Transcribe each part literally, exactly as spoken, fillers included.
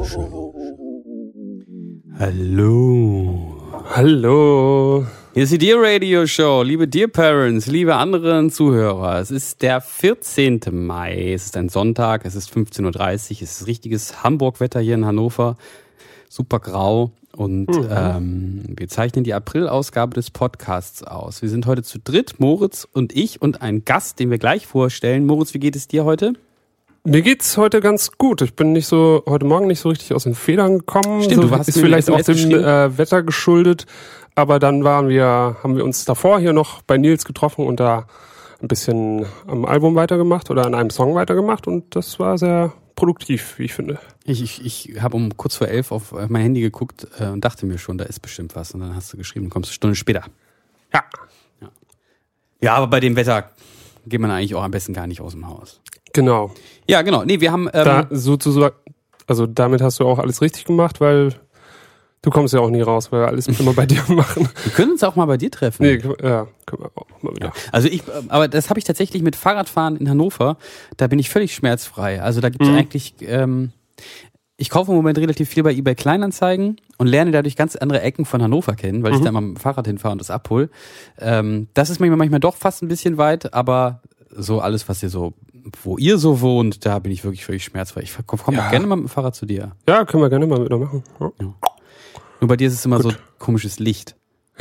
Hallo. Hallo. Hier ist die Dear Radio Show, liebe Dear Parents, liebe anderen Zuhörer. Es ist der vierzehnte Mai, es ist ein Sonntag, es ist fünfzehn Uhr dreißig, es ist richtiges Hamburg-Wetter hier in Hannover, super grau und mhm. ähm, wir zeichnen die April-Ausgabe des Podcasts aus. Wir sind heute zu dritt, Moritz und ich und ein Gast, den wir gleich vorstellen. Moritz, wie geht es dir heute? Mir geht's heute ganz gut. Ich bin nicht so heute Morgen nicht so richtig aus den Federn gekommen. Stimmt, so, du hast ist vielleicht auch dem äh, Wetter geschuldet. Aber dann waren wir, haben wir uns davor hier noch bei Nils getroffen und da ein bisschen am Album weitergemacht oder an einem Song weitergemacht und das war sehr produktiv, wie ich finde. Ich, ich, ich habe um kurz vor elf auf mein Handy geguckt äh, und dachte mir schon, da ist bestimmt was. Und dann hast du geschrieben, du kommst eine Stunde später. Ja. Ja, ja, aber bei dem Wetter geht man eigentlich auch am besten gar nicht aus dem Haus. Genau. Ja, genau. Nee, wir haben ähm, da sozusagen, also damit hast du auch alles richtig gemacht, weil du kommst ja auch nie raus, weil wir alles immer bei dir machen. Wir können uns auch mal bei dir treffen. Nee, ja, können wir auch mal wieder. Ja. Also ich, aber das habe ich tatsächlich mit Fahrradfahren in Hannover, da bin ich völlig schmerzfrei. Also da gibt es mhm. eigentlich, ähm, ich kaufe im Moment relativ viel bei eBay Kleinanzeigen und lerne dadurch ganz andere Ecken von Hannover kennen, weil mhm. ich da mal mit dem Fahrrad hinfahre und das abhole. Ähm, das ist manchmal, manchmal doch fast ein bisschen weit, aber so alles, was ihr so, wo ihr so wohnt, da bin ich wirklich völlig schmerzfrei. Ich komme ja. auch gerne mal mit dem Fahrrad zu dir. Ja, können wir gerne mal wieder machen. Ja. Ja. Nur bei dir ist es immer Gut. so komisches Licht.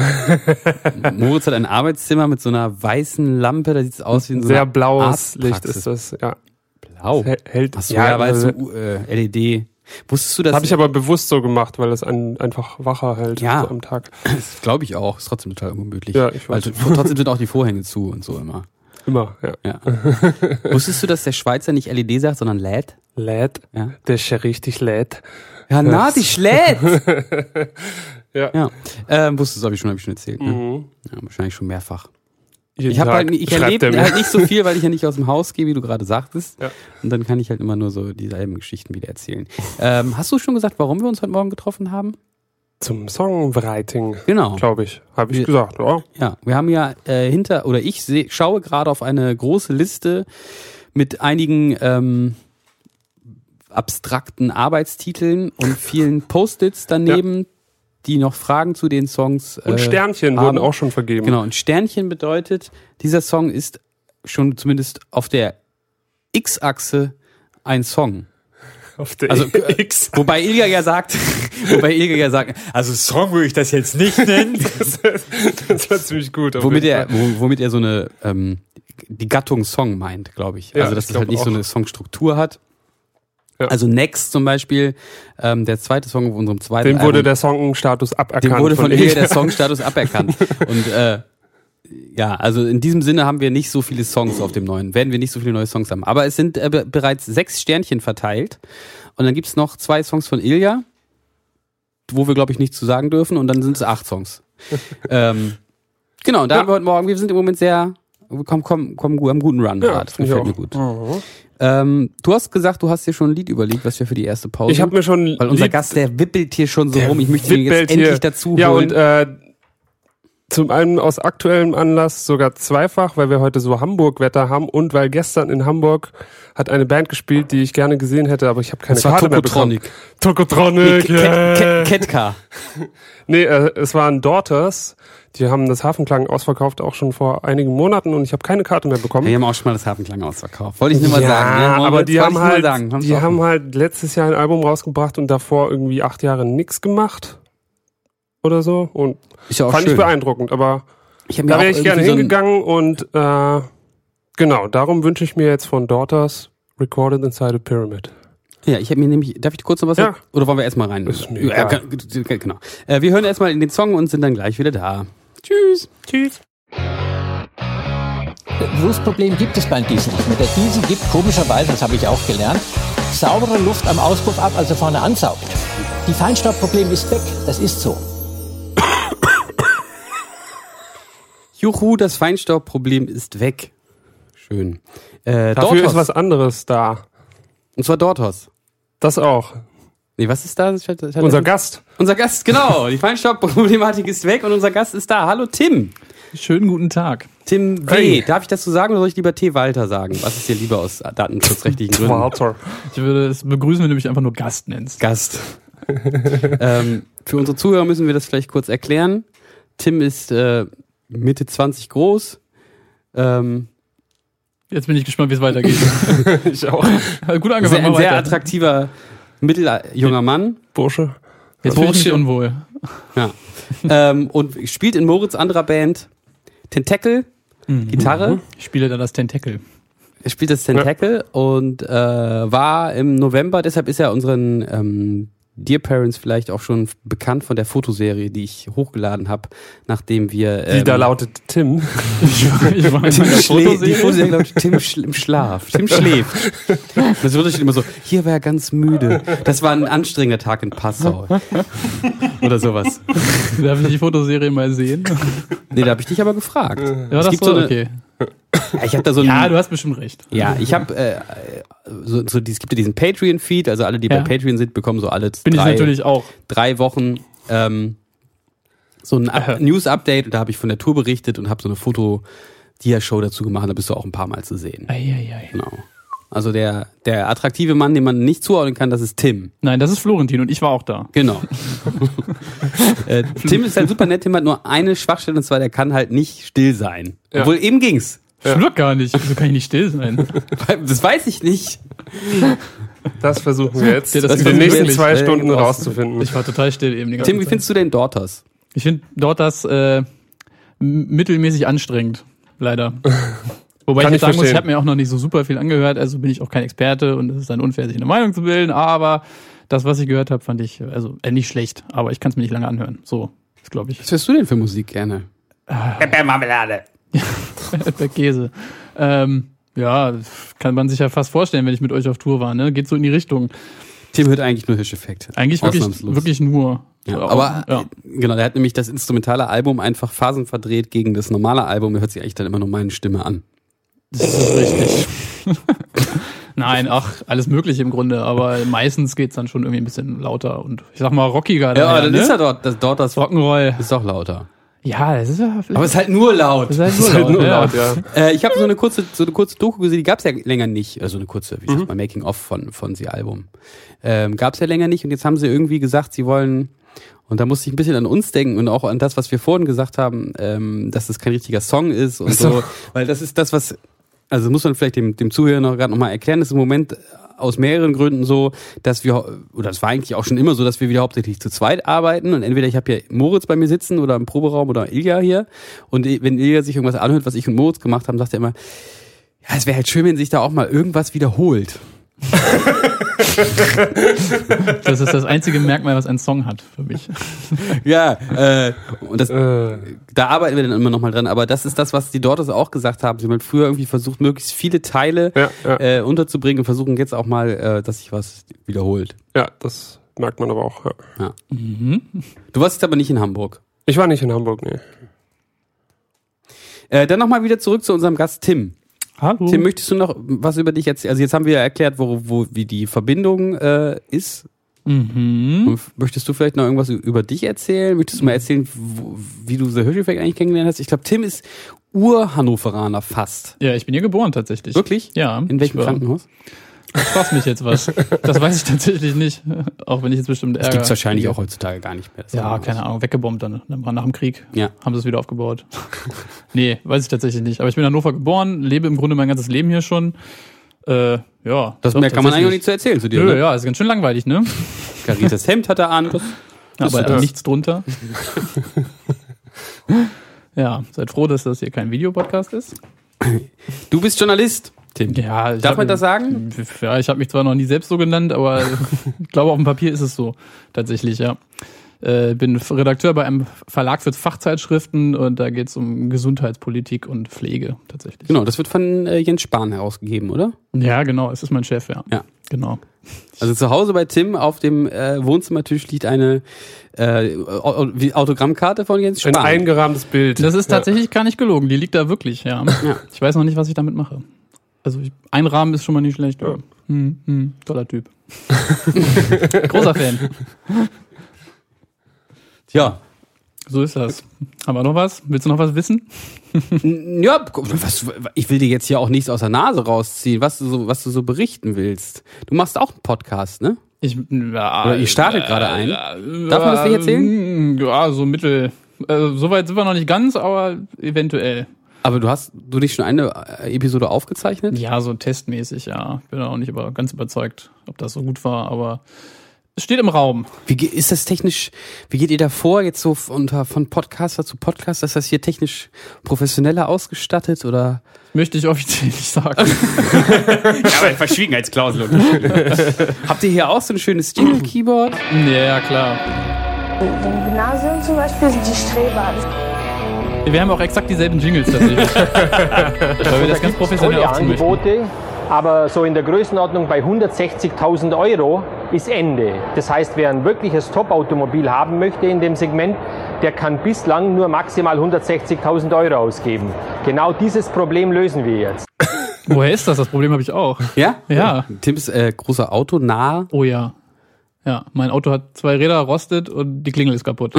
Moritz hat ein Arbeitszimmer mit so einer weißen Lampe, da sieht es aus wie ein so sehr blaues Licht ist das, ja. Blau? Das hält, Achso, ja, ja, weil es so äh, L E D. Wusstest du das? Habe ich aber bewusst so gemacht, weil das einen einfach wacher hält ja, so am Tag. Das glaube ich auch. Ist trotzdem total ungemütlich. Ja, ich weiß. Also, trotzdem sind auch die Vorhänge zu und so immer. Immer, ja. ja. Wusstest du, dass der Schweizer nicht L E D sagt, sondern L E D? L E D? Ja. Der ist ja richtig L E D. Ja, na, die schlägt! ja. ja. Ähm, wusstest du, habe ich schon, habe ich schon erzählt. Ne? Mhm. Ja, wahrscheinlich schon mehrfach. Jeden ich habe halt, ich erlebe halt nicht so viel, weil ich ja nicht aus dem Haus gehe, wie du gerade sagtest. Ja. Und dann kann ich halt immer nur so dieselben Geschichten wieder erzählen. ähm, hast du schon gesagt, warum wir uns heute Morgen getroffen haben? Zum Songwriting, genau, glaube ich, habe ich wir, gesagt. Ja. ja, wir haben ja äh, hinter, oder ich seh, schaue gerade auf eine große Liste mit einigen ähm, abstrakten Arbeitstiteln und vielen Post-its daneben, ja. die noch Fragen zu den Songs äh, und Sternchen haben. wurden auch schon vergeben. Genau, und Sternchen bedeutet, dieser Song ist schon zumindest auf der X-Achse ein Song. Auf der also, X. Wobei Ilja ja sagt, wobei Ilja ja sagt, also Song würde ich das jetzt nicht nennen. das, das war ziemlich gut. Womit er, womit er so eine, ähm, die Gattung Song meint, glaube ich. Ja, also, dass es halt nicht auch. so eine Songstruktur hat. Ja. Also Next zum Beispiel, ähm, der zweite Song auf unserem zweiten Dem wurde Album, der Songstatus aberkannt. Dem wurde von, von Ilja der Songstatus aberkannt. Und äh, ja, also in diesem Sinne haben wir nicht so viele Songs auf dem neuen, werden wir nicht so viele neue Songs haben. Aber es sind äh, be- bereits sechs Sternchen verteilt. Und dann gibt's noch zwei Songs von Ilja, wo wir, glaube ich, nichts zu sagen dürfen. Und dann sind es acht Songs. ähm, genau, und da ja. haben wir heute Morgen, wir sind im Moment sehr, kommen, kommen, kommen haben einen guten Run ja, gerade. Gefällt mir gut. Mhm. Ähm, du hast gesagt, du hast dir schon ein Lied überlegt, was wir für die erste Pause. Ich habe mir schon Weil unser Lied, Gast, der wippelt hier schon so rum. Ich möchte ihn jetzt hier. endlich dazu holen. Ja, und äh, zum einen aus aktuellem Anlass sogar zweifach, weil wir heute so Hamburg-Wetter haben und weil gestern in Hamburg hat eine Band gespielt, die ich gerne gesehen hätte, aber ich habe keine Karte mehr bekommen. Tokotronic. Nee, yeah. Ketka. Nee, äh, es waren Daughters. Die haben das Hafenklang ausverkauft, auch schon vor einigen Monaten und ich habe keine Karte mehr bekommen. Ja, die haben auch schon mal das Hafenklang ausverkauft. Wollte ich nur mal ja, sagen. Ja, aber die haben halt, sagen. die haben halt letztes Jahr ein Album rausgebracht und davor irgendwie acht Jahre nichts gemacht. Oder so. Und ist ja auch fand schön. ich beeindruckend, aber ich hab da mir wäre auch ich gerne so hingegangen und äh, genau, darum wünsche ich mir jetzt von Daughters Recorded Inside a Pyramid. Ja, ich habe mir nämlich, darf ich kurz noch was ja. sagen? Oder wollen wir erstmal rein? Ist mir ja, egal. genau. Äh, wir hören erstmal in den Song und sind dann gleich wieder da. Tschüss. Tschüss. Luftproblem gibt es beim Diesel nicht mehr. Der Diesel gibt komischerweise, das habe ich auch gelernt, saubere Luft am Auspuff ab, als er vorne ansaugt. Die Feinstaubproblem ist weg, das ist so. Juhu, das Feinstaubproblem ist weg. Schön. Äh, Dafür Dortos. ist was anderes da. Und zwar Dortos. Das auch. Nee, was ist da? Ich hatte, ich hatte Unser Gast. Unser Gast, genau. Die Feinstaubproblematik ist weg und unser Gast ist da. Hallo Tim. Schönen guten Tag. Tim W. Hey. Darf ich das so sagen oder soll ich lieber T. Walter sagen? Was ist dir lieber aus datenschutzrechtlichen Gründen? Walter. Ich würde es begrüßen, wenn du mich einfach nur Gast nennst. Gast. ähm, für unsere Zuhörer müssen wir das vielleicht kurz erklären. Tim ist äh, Mitte zwanzig groß. Ähm, Jetzt bin ich gespannt, wie es weitergeht. Ich auch. Gut angefangen. Sehr, ein sehr attraktiver, mitteljunger Mann. Bursche. Jetzt fühle ich mich unwohl. Ja. ähm, und spielt in Moritz anderer Band Tentacle, mhm. Gitarre. Ich spiele da das Tentacle. Er spielt das Tentacle ja. und äh, war im November, deshalb ist er unseren ähm, Dear Parents vielleicht auch schon bekannt von der Fotoserie, die ich hochgeladen habe, nachdem wir... Ähm, die da lautet Tim. ich war, ich war Tim Fotoserie. Die Fotoserie lautet Tim schl- im Schlaf. Tim schläft. Das wird immer so, hier war er ganz müde. Das war ein anstrengender Tag in Passau. Oder sowas. Darf ich die Fotoserie mal sehen? Nee, da habe ich dich aber gefragt. Ja, das gibt so eine, okay. Ja, ich hab da so ja, du hast bestimmt recht. Ja, ich habe äh, so, so, es gibt ja diesen Patreon-Feed, also alle, die ja. bei Patreon sind, bekommen so alle Bin drei, ich natürlich auch. drei Wochen ähm, so ein Up- News-Update und da habe ich von der Tour berichtet und habe so eine Foto-Dia-Show dazu gemacht, da bist du auch ein paar Mal zu sehen. Ei, ei, ei. Genau. Also der, der attraktive Mann, den man nicht zuordnen kann, das ist Tim. Nein, das ist Florentin und ich war auch da. Genau. äh, Tim ist halt super nett, Tim hat nur eine Schwachstelle und zwar, der kann halt nicht still sein. Ja. Obwohl eben ging's. Ja. Stimmt gar nicht. Wieso kann ich nicht still sein? Das weiß ich nicht. Das versuchen wir jetzt ja, das in den nächsten zwei Stunden äh, rauszufinden. Ich war total still eben. Die ganze Tim, wie Zeit. findest du denn Daughters? Ich finde Daughters äh, mittelmäßig anstrengend, leider. Wobei Kann ich jetzt sagen muss, ich habe mir auch noch nicht so super viel angehört, also bin ich auch kein Experte und es ist dann unfair, sich eine Meinung zu bilden, aber das, was ich gehört habe, fand ich also äh, nicht schlecht, aber ich kann es mir nicht lange anhören. So, das glaube ich. Was hörst du denn für Musik gerne? Marmelade. Der Käse. Ähm, ja, kann man sich ja fast vorstellen, wenn ich mit euch auf Tour war, ne? Geht so in die Richtung. Tim hört eigentlich nur Hirscheffekt. Eigentlich wirklich, wirklich nur. Ja, aber ja. Genau, der hat nämlich das instrumentale Album einfach phasenverdreht gegen das normale Album. Der hört sich eigentlich dann immer nur meine Stimme an. Das ist richtig. Nein, ach, alles Mögliche im Grunde, aber meistens geht's dann schon irgendwie ein bisschen lauter und ich sag mal rockiger. Ja, aber dann ne? ist ja dort, das, dort das Rock'n'Roll. Ist doch lauter. Ja, das ist ja vielleicht. Aber es ist halt nur laut. Es ist halt nur, ist halt laut, nur laut, ja. ja. Äh, ich habe so eine kurze, so eine kurze Doku gesehen, die gab's ja länger nicht. Also eine kurze, wie mhm. sagt man, Making of von von sie Album. Ähm, gab's ja länger nicht und jetzt haben sie irgendwie gesagt, sie wollen. Und da musste ich ein bisschen an uns denken und auch an das, was wir vorhin gesagt haben, ähm, dass das kein richtiger Song ist und so. so. Weil das ist das, was, also muss man vielleicht dem, dem Zuhörer noch gerade nochmal erklären, das ist im Moment aus mehreren Gründen so, dass wir, oder das war eigentlich auch schon immer so, dass wir wieder hauptsächlich zu zweit arbeiten und entweder ich habe hier Moritz bei mir sitzen oder im Proberaum oder Ilja hier und wenn Ilja sich irgendwas anhört, was ich und Moritz gemacht haben, sagt er immer, ja, es wäre halt schön, wenn sich da auch mal irgendwas wiederholt. Das ist das einzige Merkmal, was ein Song hat für mich. Ja, äh, und das, äh. da arbeiten wir dann immer noch mal dran. Aber das ist das, was die Daughters auch gesagt haben. Sie haben früher irgendwie versucht, möglichst viele Teile ja, ja. Äh, unterzubringen und versuchen jetzt auch mal, äh, dass sich was wiederholt. Ja, das merkt man aber auch. Ja. Ja. Mhm. Du warst jetzt aber nicht in Hamburg. Ich war nicht in Hamburg, nee. Äh, dann nochmal wieder zurück zu unserem Gast Tim. Hallo. Tim, möchtest du noch was über dich erzählen? Also jetzt haben wir ja erklärt, wo, wo wie die Verbindung äh, ist. Mhm. Und möchtest du vielleicht noch irgendwas über dich erzählen? Möchtest du mal erzählen, wo, wie du The Hirscheffekt eigentlich kennengelernt hast? Ich glaube, Tim ist Ur-Hannoveraner fast. Ja, ich bin hier geboren tatsächlich. Wirklich? Ja. In welchem Krankenhaus? Das fragt mich jetzt was. Das weiß ich tatsächlich nicht. Auch wenn ich jetzt bestimmt Ärger... Das gibt's wahrscheinlich auch heutzutage gar nicht mehr. Ja, keine Ahnung. Weggebombt dann. Dann nach dem Krieg. Ja. Haben sie es wieder aufgebaut. Nee, weiß ich tatsächlich nicht. Aber ich bin in Hannover geboren, lebe im Grunde mein ganzes Leben hier schon. Äh, ja. Das mehr kann man eigentlich auch nicht zu erzählen zu dir, Nö, ne? Ja, ist ganz schön langweilig, ne? Caritas Hemd hat er an. Das ja, aber das. Nichts drunter. Ja, seid froh, dass das hier kein Videopodcast ist. Du bist Journalist, Tim. Ja, darf man das sagen? Ja, ich habe mich zwar noch nie selbst so genannt, aber ich glaube, auf dem Papier ist es so. Tatsächlich, ja. Äh, bin Redakteur bei einem Verlag für Fachzeitschriften und da geht es um Gesundheitspolitik und Pflege tatsächlich. Genau, das wird von äh, Jens Spahn herausgegeben, oder? Ja, genau, es ist mein Chef, ja. Ja. Genau. Also zu Hause bei Tim auf dem äh, Wohnzimmertisch liegt eine äh, Autogrammkarte von Jens Spahn. Ein eingerahmtes Bild. Das ist tatsächlich ja. gar nicht gelogen, die liegt da wirklich, ja. ja. Ich weiß noch nicht, was ich damit mache. Also ich, ein Rahmen ist schon mal nicht schlecht. Ja. Hm, hm, toller Typ. Großer Fan. Ja, So ist das. Haben wir noch was? Willst du noch was wissen? Ja, was, ich will dir jetzt hier auch nichts aus der Nase rausziehen, was du so, was du so berichten willst. Du machst auch einen Podcast, ne? Ich, ja, Oder ihr startet äh, gerade ein. Äh, Darf man das nicht erzählen? Ja, so mittel. Also, soweit sind wir noch nicht ganz, aber eventuell. Aber du hast du nicht schon eine Episode aufgezeichnet? Ja, so testmäßig, ja. Bin auch nicht über, ganz überzeugt, ob das so gut war, aber es steht im Raum. Wie ist das technisch, wie geht ihr da vor, jetzt so unter, von Podcaster zu Podcaster? Ist das hier technisch professioneller ausgestattet, oder? Möchte ich offiziell nicht sagen. Ja, aber Verschwiegenheitsklausel. Habt ihr hier auch so ein schönes Jingle-Keyboard? Ja, klar. Im Gymnasium zum Beispiel sind die Streber. Wir haben auch exakt dieselben Jingles tatsächlich. Weil wir das ganz professionell aufziehen möchten. Aber so in der Größenordnung bei hundertsechzigtausend Euro ist Ende. Das heißt, wer ein wirkliches Top-Automobil haben möchte in dem Segment, der kann bislang nur maximal hundertsechzigtausend Euro ausgeben. Genau dieses Problem lösen wir jetzt. Woher ist das? Das Problem habe ich auch. Ja? Ja. Tim ist äh, großer Autonah. Oh ja. Ja, mein Auto hat zwei Räder, rostet und die Klingel ist kaputt.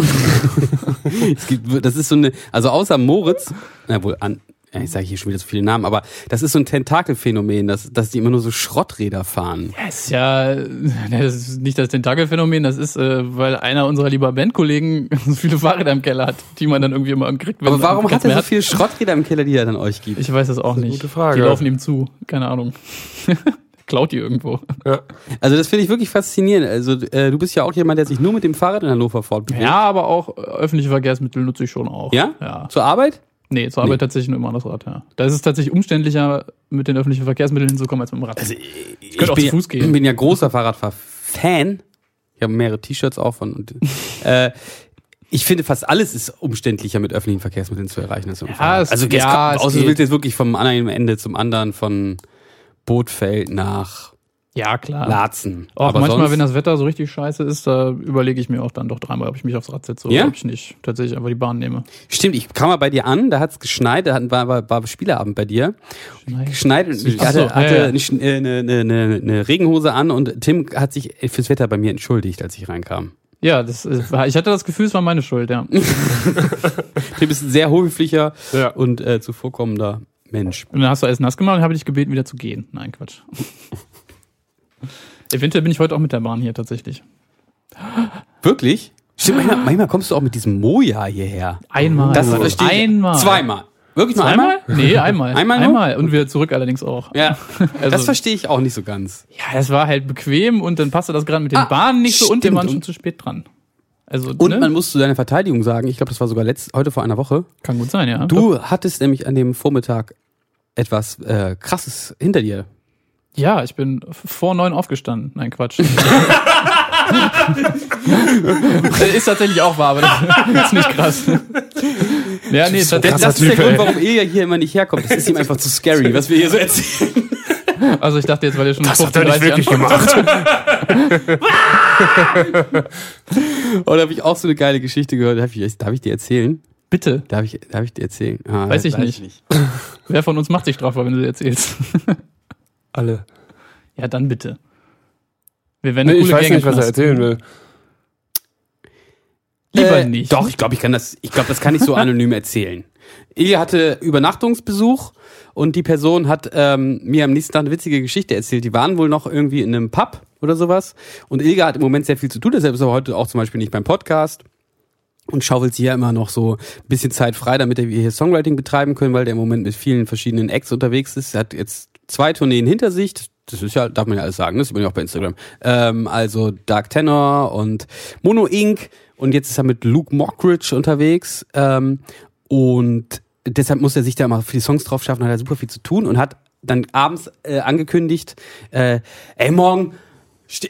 Es gibt, das ist so eine, also außer Moritz, na wohl an, ja, ich sage hier schon wieder so viele Namen, aber das ist so ein Tentakelphänomen, dass, dass die immer nur so Schrotträder fahren. Ja, ist ja, das ist nicht das Tentakelphänomen, das ist, äh, weil einer unserer lieber Bandkollegen so viele Fahrräder im Keller hat, die man dann irgendwie immer kriegt. Wenn aber warum hat er so hat. viele Schrotträder im Keller, die er dann euch gibt? Ich weiß das auch das ist nicht. Gute Frage. Die laufen ihm zu, keine Ahnung. Klaut die irgendwo. Ja. Also das finde ich wirklich faszinierend. Also äh, du bist ja auch jemand, der sich nur mit dem Fahrrad in Hannover fortbewegt. Ja, aber auch öffentliche Verkehrsmittel nutze ich schon auch. Ja? Ja. Zur Arbeit? Nee, zur Arbeit nee. tatsächlich nur immer das Rad, ja. Da ist es tatsächlich umständlicher, mit den öffentlichen Verkehrsmitteln hinzukommen, als mit dem Rad. Also, ich, ich könnte auch bin, zu Fuß gehen. Ich bin ja großer Fahrradfahr-Fan. Ich habe mehrere T-Shirts auch von. Und, äh, ich finde, fast alles ist umständlicher mit öffentlichen Verkehrsmitteln zu erreichen als mit dem ja, Fahrrad. Es, also jetzt ja, kommt, außer du willst jetzt wirklich vom einen Ende zum anderen von Bootfeld nach ja, klar. Laatzen. Auch aber manchmal, sonst, wenn das Wetter so richtig scheiße ist, da überlege ich mir auch dann doch dreimal, ob ich mich aufs Rad setze oder ja? ob ich nicht tatsächlich einfach die Bahn nehme. Stimmt, ich kam mal bei dir an, da hat's geschneit, da war, war, war Spieleabend bei dir. Schneit. Geschneit und ich Ach hatte, so, hatte ja, ja. Eine, eine, eine, eine Regenhose an und Tim hat sich fürs Wetter bei mir entschuldigt, als ich reinkam. Ja, das, ich hatte das Gefühl, es war meine Schuld, ja. Tim ist ein sehr höflicher Ja. und äh, zuvorkommender Mensch. Und dann hast du alles nass gemacht und habe dich gebeten, wieder zu gehen. Nein, Quatsch. Eventuell bin ich heute auch mit der Bahn hier tatsächlich. Wirklich? Stimmt, manchmal, manchmal kommst du auch mit diesem Moja hierher. Einmal. Das also, verstehe ich. einmal. Zweimal. Wirklich nur Zweimal? einmal? Nee, einmal. Einmal nur? Einmal. Und wieder zurück allerdings auch. Ja, Also- das verstehe ich auch nicht so ganz. Ja, es war halt bequem und dann passte das gerade mit den Ah, Bahnen nicht so und wir stimmt. waren schon zu spät dran. Also, Und ne? man muss zu deiner Verteidigung sagen, ich glaube, das war sogar letzt, heute vor einer Woche, Kann gut sein, ja. du hattest nämlich an dem Vormittag etwas äh, Krasses hinter dir. Ja, ich bin vor neun aufgestanden. Nein, Quatsch. Ist tatsächlich auch wahr, aber das ist nicht krass. Ja, nee, Das, tatsächlich. das ist der Typ, Grund, ey. warum Ilja hier immer nicht herkommt. Das ist ihm einfach zu scary, was wir hier so erzählen. Also ich dachte jetzt, weil ihr schon Das hat er nicht fünfzehn, wirklich anfangt. gemacht. Oder habe ich auch so eine geile Geschichte gehört? Darf ich, darf ich dir erzählen? Bitte. Darf ich, darf ich dir erzählen? Ah, Weiß ich nicht. Wer von uns macht sich strafbar, wenn du dir erzählst? Alle. Ja, dann bitte. Wir werden Nee, eine ich coole weiß Gang nicht, was er Knast. erzählen will. Lieber Äh, nicht. Doch, ich glaube, ich kann das, ich glaube, das kann ich so anonym erzählen. Ilja hatte Übernachtungsbesuch und die Person hat ähm, mir am nächsten Tag eine witzige Geschichte erzählt. Die waren wohl noch irgendwie in einem Pub oder sowas. Und Ilja hat im Moment sehr viel zu tun, deshalb ist er heute auch zum Beispiel nicht beim Podcast. Und schaufelt sich ja immer noch so ein bisschen Zeit frei, damit wir hier Songwriting betreiben können, weil der im Moment mit vielen verschiedenen Acts unterwegs ist. Er hat jetzt zwei Tourneen hinter sich. Das ist ja, darf man ja alles sagen, das sieht man ja auch bei Instagram. Ähm, also Dark Tenor und Mono Inc. Und jetzt ist er mit Luke Mockridge unterwegs. Ähm, und deshalb muss er sich da mal für die Songs drauf schaffen, hat er super viel zu tun und hat dann abends äh, angekündigt, äh, ey, morgen ste-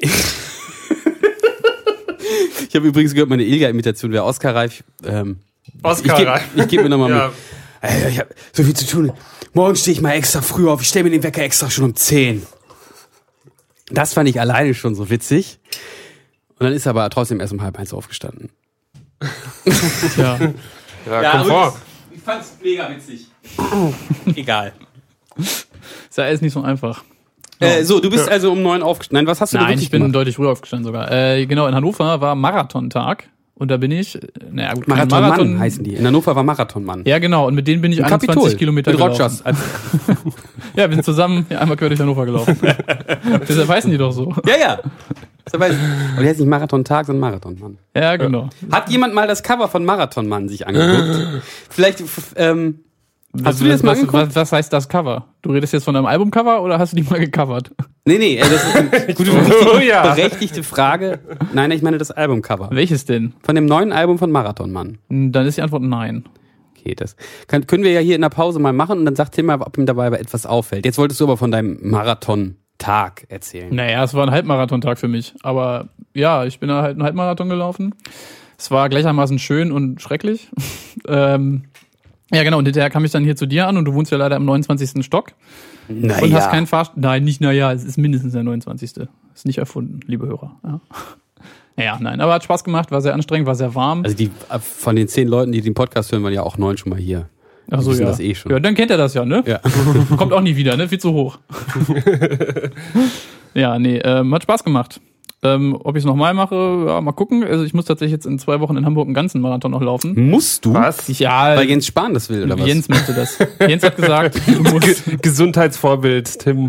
Ich habe übrigens gehört, meine Ilja-Imitation wäre Oscar-reif. Ähm, Oscar-reif. Ich gebe geb mir nochmal Ja. mit. Ey, ich habe so viel zu tun. Morgen stehe ich mal extra früh auf. Ich stelle mir den Wecker extra schon um zehn. Das fand ich alleine schon so witzig. Und dann ist er aber trotzdem erst um halb eins aufgestanden. Ja. Ja, komm vor. Ich fand's mega witzig. Egal. Ist ja alles nicht so einfach. Äh, so, du bist also um neun aufgestanden. Nein, was hast du da Nein, wirklich ich bin gemacht? deutlich früher aufgestanden sogar. Äh, genau, in Hannover war Marathontag. Und da bin ich, naja gut, Marathonmann Marathon heißen die. In Hannover war Marathonmann. Ja, genau. Und mit denen bin ich Im einundzwanzig Kapitol, Kilometer mit gelaufen. Rogers. Ja, wir sind zusammen ja, einmal quer durch Hannover gelaufen. Deshalb heißen die doch so. Ja, ja. Aber der heißt nicht Marathon-Tag, sondern Marathonmann. Ja, genau. Hat jemand mal das Cover von Marathonmann sich angeguckt? Vielleicht, ähm, hast was, du dir das mal was, angeguckt? Was, was heißt das Cover? Du redest jetzt von einem Albumcover oder hast du die mal gecovert? Nee, nee, das ist eine gute, Oh, ja. berechtigte Frage. Nein, ich meine das Albumcover. Welches denn? Von dem neuen Album von Marathonmann. Dann ist die Antwort nein. Okay, das kann, können wir ja hier in der Pause mal machen und dann sagt Tim mal, ob ihm dabei etwas auffällt. Jetzt wolltest du aber von deinem Marathon-Tag erzählen. Naja, es war ein Halbmarathon-Tag für mich. Aber ja, ich bin da halt einen Halbmarathon gelaufen. Es war gleichermaßen schön und schrecklich. ähm, ja, genau. Und hinterher kam ich dann hier zu dir an und du wohnst ja leider im neunundzwanzigsten Stock. Naja. Und hast keinen Fahrstuhl. Nein, nicht naja, es ist mindestens der neunundzwanzigste Ist nicht erfunden, liebe Hörer. Ja. Ja, nein, aber hat Spaß gemacht, war sehr anstrengend, war sehr warm. Also die von den zehn Leuten, die den Podcast hören, waren ja auch neun schon mal hier. Ach so, ja. Das eh schon. Ja, dann kennt er das ja, ne? Ja. Kommt auch nie wieder, ne? Viel zu hoch. Ja, nee, ähm, hat Spaß gemacht. Ähm, ob ich es nochmal mache, ja, mal gucken. Also ich muss tatsächlich jetzt in zwei Wochen in Hamburg einen ganzen Marathon noch laufen. Musst du? Was? Ja, Weil Jens Spahn das will, oder was? Jens möchte das. Jens hat gesagt, du musst. Ge- Gesundheitsvorbild, Tim.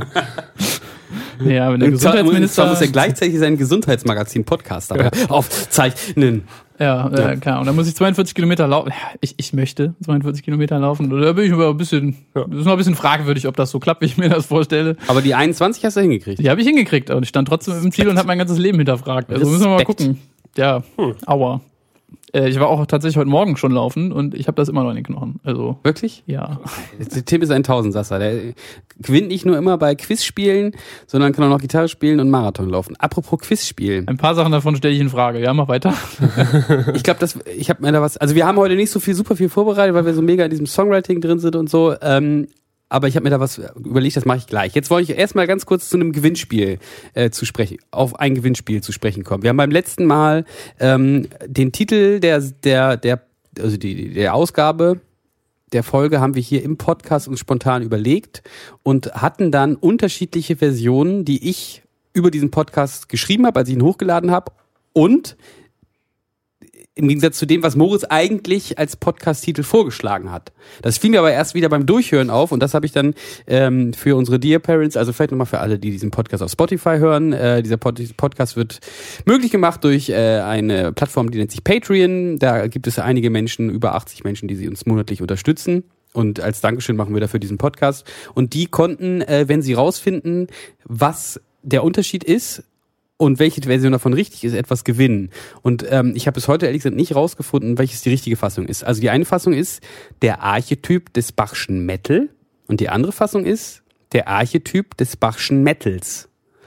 Ja, wenn der Und zwar- und Gesundheitsminister. zwar muss er gleichzeitig sein Gesundheitsmagazin-Podcast aber aufzeichnen. Ja, äh, Ja. klar. Und dann muss ich zweiundvierzig Kilometer laufen. Ja, Ich, ich möchte zweiundvierzig Kilometer laufen. Und da bin ich aber ein bisschen, das ist noch ein bisschen fragwürdig, ob das so klappt, wie ich mir das vorstelle. Aber die einundzwanzig hast du hingekriegt. Die habe ich hingekriegt. Und ich stand trotzdem im Ziel und habe mein ganzes Leben hinterfragt. Also müssen wir mal Respekt. gucken. Ja, aua. Äh, ich war auch tatsächlich heute Morgen schon laufen und ich habe das immer noch in den Knochen. Also, Wirklich? ja. Tim ist ein Tausendsasser. Der gewinnt nicht nur immer bei Quizspielen, sondern kann auch noch Gitarre spielen und Marathon laufen. Apropos Quizspielen. Ein paar Sachen davon stelle ich in Frage. Ja, mach weiter. Ich glaube, dass ich habe mir da was. Also wir haben heute nicht so viel, super viel vorbereitet, weil wir so mega in diesem Songwriting drin sind und so. Ähm, aber ich habe mir da was überlegt, das mache ich gleich. Jetzt wollte ich erstmal ganz kurz zu einem Gewinnspiel äh, zu sprechen, auf ein Gewinnspiel zu sprechen kommen. Wir haben beim letzten Mal ähm, den Titel der der der also die der Ausgabe der Folge haben wir hier im Podcast uns spontan überlegt und hatten dann unterschiedliche Versionen, die ich über diesen Podcast geschrieben habe, als ich ihn hochgeladen habe, und im Gegensatz zu dem, was Moritz eigentlich als Podcast-Titel vorgeschlagen hat. Das fiel mir aber erst wieder beim Durchhören auf und das habe ich dann ähm, für unsere Dear Parents, also vielleicht nochmal für alle, die diesen Podcast auf Spotify hören. Äh, dieser Pod- Podcast wird möglich gemacht durch äh, eine Plattform, die nennt sich Patreon. Da gibt es einige Menschen, über achtzig Menschen, die sie uns monatlich unterstützen. Und als Dankeschön machen wir dafür diesen Podcast. Und die konnten, äh, wenn sie rausfinden, was der Unterschied ist, und welche Version davon richtig ist, etwas gewinnen. Und ähm, ich habe bis heute ehrlich gesagt nicht rausgefunden, welches die richtige Fassung ist. Also die eine Fassung ist der Archetyp des Bachschen Metal und die andere Fassung ist der Archetyp des Bachschen Metals.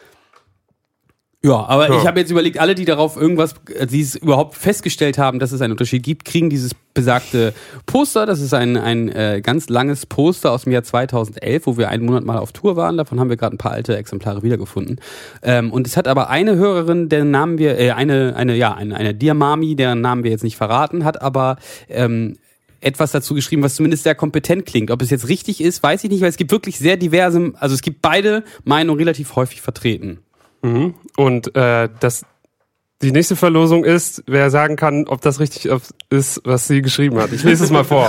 Ja, aber Ja. ich habe jetzt überlegt, alle, die darauf irgendwas, die es überhaupt festgestellt haben, dass es einen Unterschied gibt, kriegen dieses besagte Poster. Das ist ein ein äh, ganz langes Poster aus dem Jahr zweitausendelf, wo wir einen Monat mal auf Tour waren. Davon haben wir gerade ein paar alte Exemplare wiedergefunden. Ähm, und es hat aber eine Hörerin, deren Namen wir, äh, eine eine ja eine eine Dear Mami, deren Namen wir jetzt nicht verraten, hat aber ähm, etwas dazu geschrieben, was zumindest sehr kompetent klingt. Ob es jetzt richtig ist, weiß ich nicht, weil es gibt wirklich sehr diverse, also es gibt beide Meinungen relativ häufig vertreten. Mhm. Und äh, das, die nächste Verlosung ist, wer sagen kann, ob das richtig ist, was sie geschrieben hat. Ich lese es mal vor.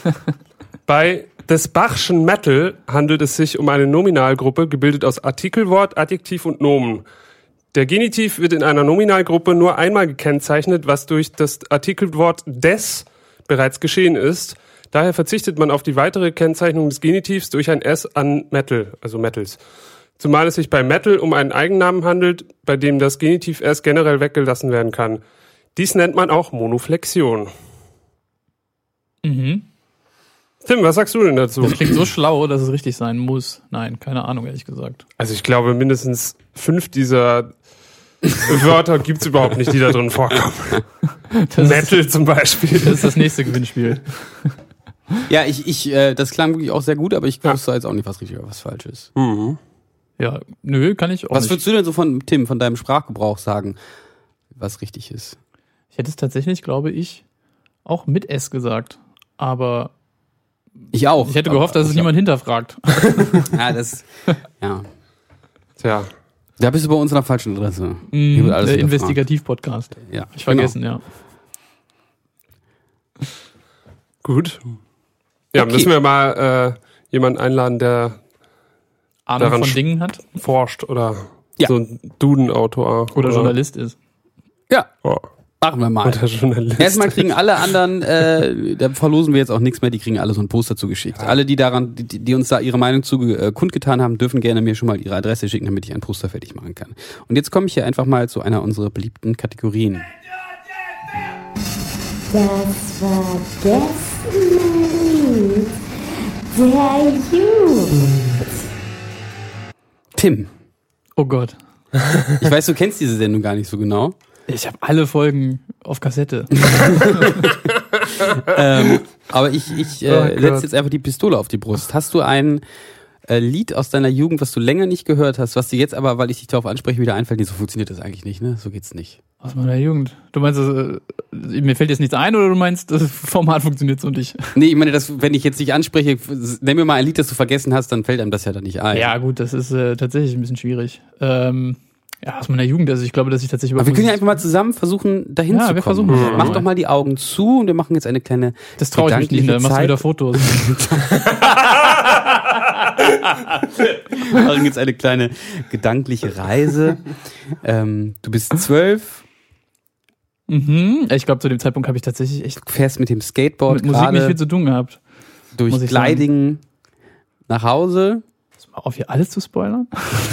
Bei des Bachschen Metal handelt es sich um eine Nominalgruppe, gebildet aus Artikelwort, Adjektiv und Nomen. Der Genitiv wird in einer Nominalgruppe nur einmal gekennzeichnet, was durch das Artikelwort des bereits geschehen ist. Daher verzichtet man auf die weitere Kennzeichnung des Genitivs durch ein S an Metal, also Metals. Zumal es sich bei Metal um einen Eigennamen handelt, bei dem das Genitiv S generell weggelassen werden kann. Dies nennt man auch Monoflexion. Mhm. Tim, was sagst du denn dazu? Das klingt so schlau, dass es richtig sein muss. Nein, keine Ahnung, ehrlich gesagt. Also ich glaube, mindestens fünf dieser Wörter gibt's überhaupt nicht, die da drin vorkommen. Das Metal ist, zum Beispiel. das ist das nächste Gewinnspiel. Ja, ich, ich, äh, das klang wirklich auch sehr gut, aber ich Ja. wusste jetzt auch nicht, was richtig oder was falsch ist. Mhm. Ja, nö, kann ich auch Was nicht. würdest du denn so von Tim, von deinem Sprachgebrauch sagen, was richtig ist? Ich hätte es tatsächlich, glaube ich, auch mit S gesagt. Aber Ich auch. ich hätte gehofft, dass es niemand hinterfragt. Ja, das, ja. Tja. Da bist du bei uns an der falschen Adresse. Hier wird alles Der hinterfragt. Investigativ-Podcast. Ja, Ich vergessen, ja. Gut. Ja, okay. Müssen wir mal äh, jemanden einladen, der Ahnung daran von Dingen hat, forscht oder ja. so ein Duden-Autor. Oder, oder Journalist ist. Ja. Oh. Machen wir mal. Journalist. Erstmal kriegen alle anderen, äh, da verlosen wir jetzt auch nichts mehr, die kriegen alle so ein Poster zugeschickt. Ja. Alle, die daran, die, die uns da ihre Meinung zu äh, kundgetan haben, dürfen gerne mir schon mal ihre Adresse schicken, damit ich ein Poster fertig machen kann. Und jetzt komme ich hier einfach mal zu einer unserer beliebten Kategorien. Das war gestern der Jugend. Tim. Oh Gott. Ich weiß, du kennst diese Sendung gar nicht so genau. Ich habe alle Folgen auf Kassette. ähm, aber ich, ich äh, oh setze jetzt einfach die Pistole auf die Brust. Hast du ein äh, Lied aus deiner Jugend, was du länger nicht gehört hast, was dir jetzt aber, weil ich dich darauf anspreche, wieder einfällt? Nee, so funktioniert das eigentlich nicht, ne? So geht's nicht. Aus meiner Jugend? Du meinst, äh, mir fällt jetzt nichts ein oder du meinst, das Format funktioniert so nicht? Nee, ich meine, das, wenn ich jetzt dich anspreche, nenn mir mal ein Lied, das du vergessen hast, dann fällt einem das ja dann nicht ein. Ja gut, das ist äh, tatsächlich ein bisschen schwierig. Ähm... Ja, aus meiner Jugend, also ich glaube, dass ich tatsächlich über. Aber wir können ja einfach mal zusammen versuchen, dahin ja, zu kommen. Wir versuchen. Mach doch mal die Augen zu und wir machen jetzt eine kleine. Das traue ich mich nicht, dann machst du wieder Fotos. Wir machen jetzt eine kleine gedankliche Reise. Ähm, du bist zwölf. Mhm. Ich glaube, zu dem Zeitpunkt habe ich tatsächlich echt. Du fährst mit dem Skateboard mit Musik nicht viel zu tun gehabt. Durch Gliding nach Hause. Auf hier alles zu spoilern?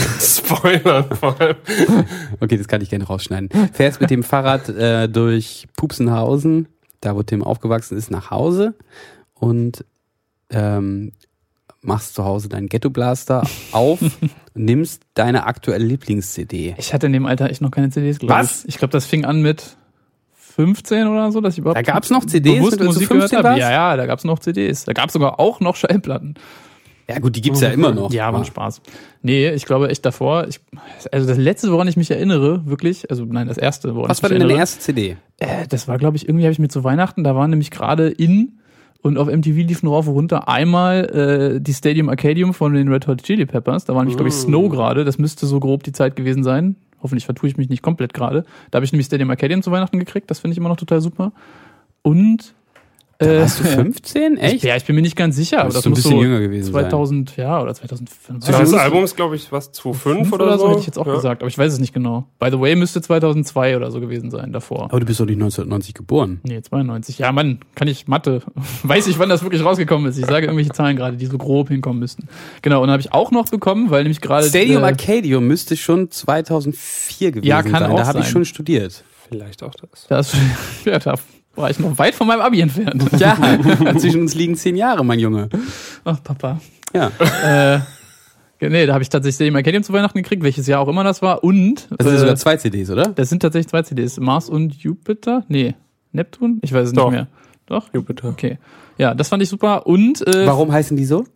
Spoilern vor allem. Okay, das kann ich gerne rausschneiden. Fährst mit dem Fahrrad äh, durch Pupsenhausen, da wo Tim aufgewachsen ist, nach Hause und ähm, machst zu Hause deinen Ghetto-Blaster auf und nimmst deine aktuelle Lieblings-C D. Ich hatte in dem Alter echt noch keine C Ds, glaube ich. Was? Ich glaube, das fing an mit fünfzehn oder so, dass ich überhaupt da gab's noch C Ds, bewusst mit Musik gehört habe. Ja, ja, da gab's noch C Ds. Da gab's sogar auch noch Schallplatten. Ja gut, die gibt's ja immer noch. Ja, war ein Spaß. Nee, ich glaube echt davor, ich, also das letzte, woran ich mich erinnere, wirklich, also nein, das erste, woran Was ich war mich denn erinnere. deine erste C D? Äh, das war, glaube ich, irgendwie habe ich mir zu Weihnachten, da waren nämlich gerade in und auf M T V liefen rauf und runter einmal äh, die Stadium Arcadium von den Red Hot Chili Peppers. Da war nämlich, glaube ich, Snow gerade. Das müsste so grob die Zeit gewesen sein. Hoffentlich vertue ich mich nicht komplett gerade. Da habe ich nämlich Stadium Arcadium zu Weihnachten gekriegt. Das finde ich immer noch total super. Und Da warst du fünfzehn? Echt? Ja, ich bin mir nicht ganz sicher, aber das, das muss ein bisschen so jünger gewesen zweitausend, sein. Ja, oder zweitausendfünf. Das Album ist, glaube ich, was, zweitausendfünf oder, oder so? Hätte ich jetzt auch ja. gesagt, aber ich weiß es nicht genau. By the way, müsste zweitausendzwei oder so gewesen sein, davor. Aber du bist doch nicht neunzehnhundertneunzig geboren. Nee, zweiundneunzig. Ja, Mann, kann ich Mathe. Weiß ich, wann das wirklich rausgekommen ist. Ich sage irgendwelche Zahlen gerade, die so grob hinkommen müssten. Genau, und dann habe ich auch noch bekommen, weil nämlich gerade... Stadium äh, Arcadium müsste schon zweitausendvier gewesen ja, kann sein. Auch da habe ich schon studiert. Vielleicht auch das. Das ja, da war ich noch weit von meinem Abi entfernt. Ja, zwischen uns liegen zehn Jahre, mein Junge. Ach, Papa. Ja. Äh, nee, da habe ich tatsächlich Stadium Arcadium zu Weihnachten gekriegt, welches Jahr auch immer das war. Und... Das sind äh, sogar zwei C Ds, oder? Das sind tatsächlich zwei C Ds. Mars und Jupiter? Nee. Neptun? Ich weiß es Doch. nicht mehr. Doch? Jupiter. Okay. Ja, das fand ich super. Und... Äh, Warum heißen die so?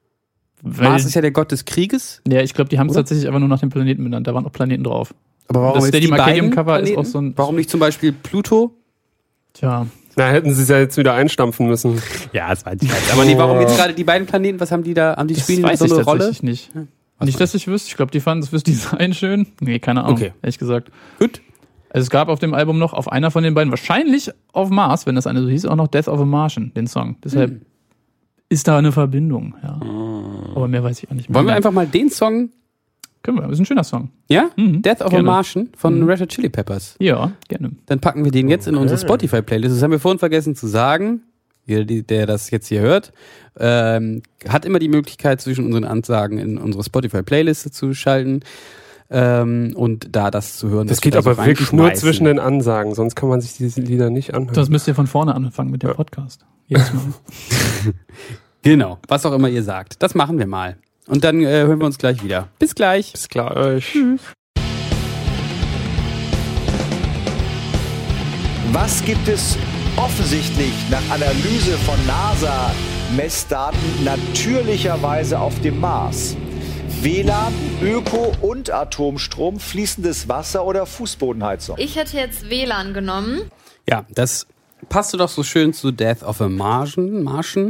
Weil, Mars ist ja der Gott des Krieges. Ja, ich glaube, die haben es tatsächlich einfach nur nach den Planeten benannt. Da waren auch Planeten drauf. Aber warum das jetzt Stadium die Arcadium beiden Cover Planeten? ist auch so ein... Warum nicht zum Beispiel Pluto? Tja... Na, hätten sie es ja jetzt wieder einstampfen müssen. Ja, das weiß ich nicht. Aber nee, warum jetzt gerade die beiden Planeten? Was haben die da? Haben die Das spielen weiß so ich eine Rolle? tatsächlich nicht. Ja, nicht, dass ich wüsste. Ich glaube, die fanden das fürs Design schön. Nee, keine Ahnung. Okay. Ehrlich gesagt. Gut. Also es gab auf dem Album noch auf einer von den beiden, wahrscheinlich auf Mars, wenn das eine so hieß, auch noch Death of a Martian, den Song. Deshalb hm. ist da eine Verbindung, ja. Oh. Aber mehr weiß ich auch nicht mehr. Wollen wir einfach mal den Song... Können wir, das ist ein schöner Song. Ja? Mhm. Death of Gerne. a Martian von Mhm. Red Hot Chili Peppers. Ja, gerne. Dann packen wir den jetzt in unsere Spotify-Playlist. Das haben wir vorhin vergessen zu sagen. Jeder, der das jetzt hier hört, ähm, hat immer die Möglichkeit, zwischen unseren Ansagen in unsere Spotify-Playliste zu schalten ähm, und da das zu hören. Das geht aber so wirklich nur zwischen den Ansagen, sonst kann man sich diese Lieder nicht anhören. Das müsst ihr von vorne anfangen mit dem ja. Podcast. Jedes Mal. Genau, was auch immer ihr sagt. Das machen wir mal. Und dann äh, hören wir uns gleich wieder. Bis gleich. Bis gleich. Tschüss. Was gibt es offensichtlich nach Analyse von NASA-Messdaten natürlicherweise auf dem Mars? W L A N, Öko- und Atomstrom, fließendes Wasser oder Fußbodenheizung? Ich hätte jetzt W L A N genommen. Ja, das passte doch so schön zu Death of a Martian. Martian?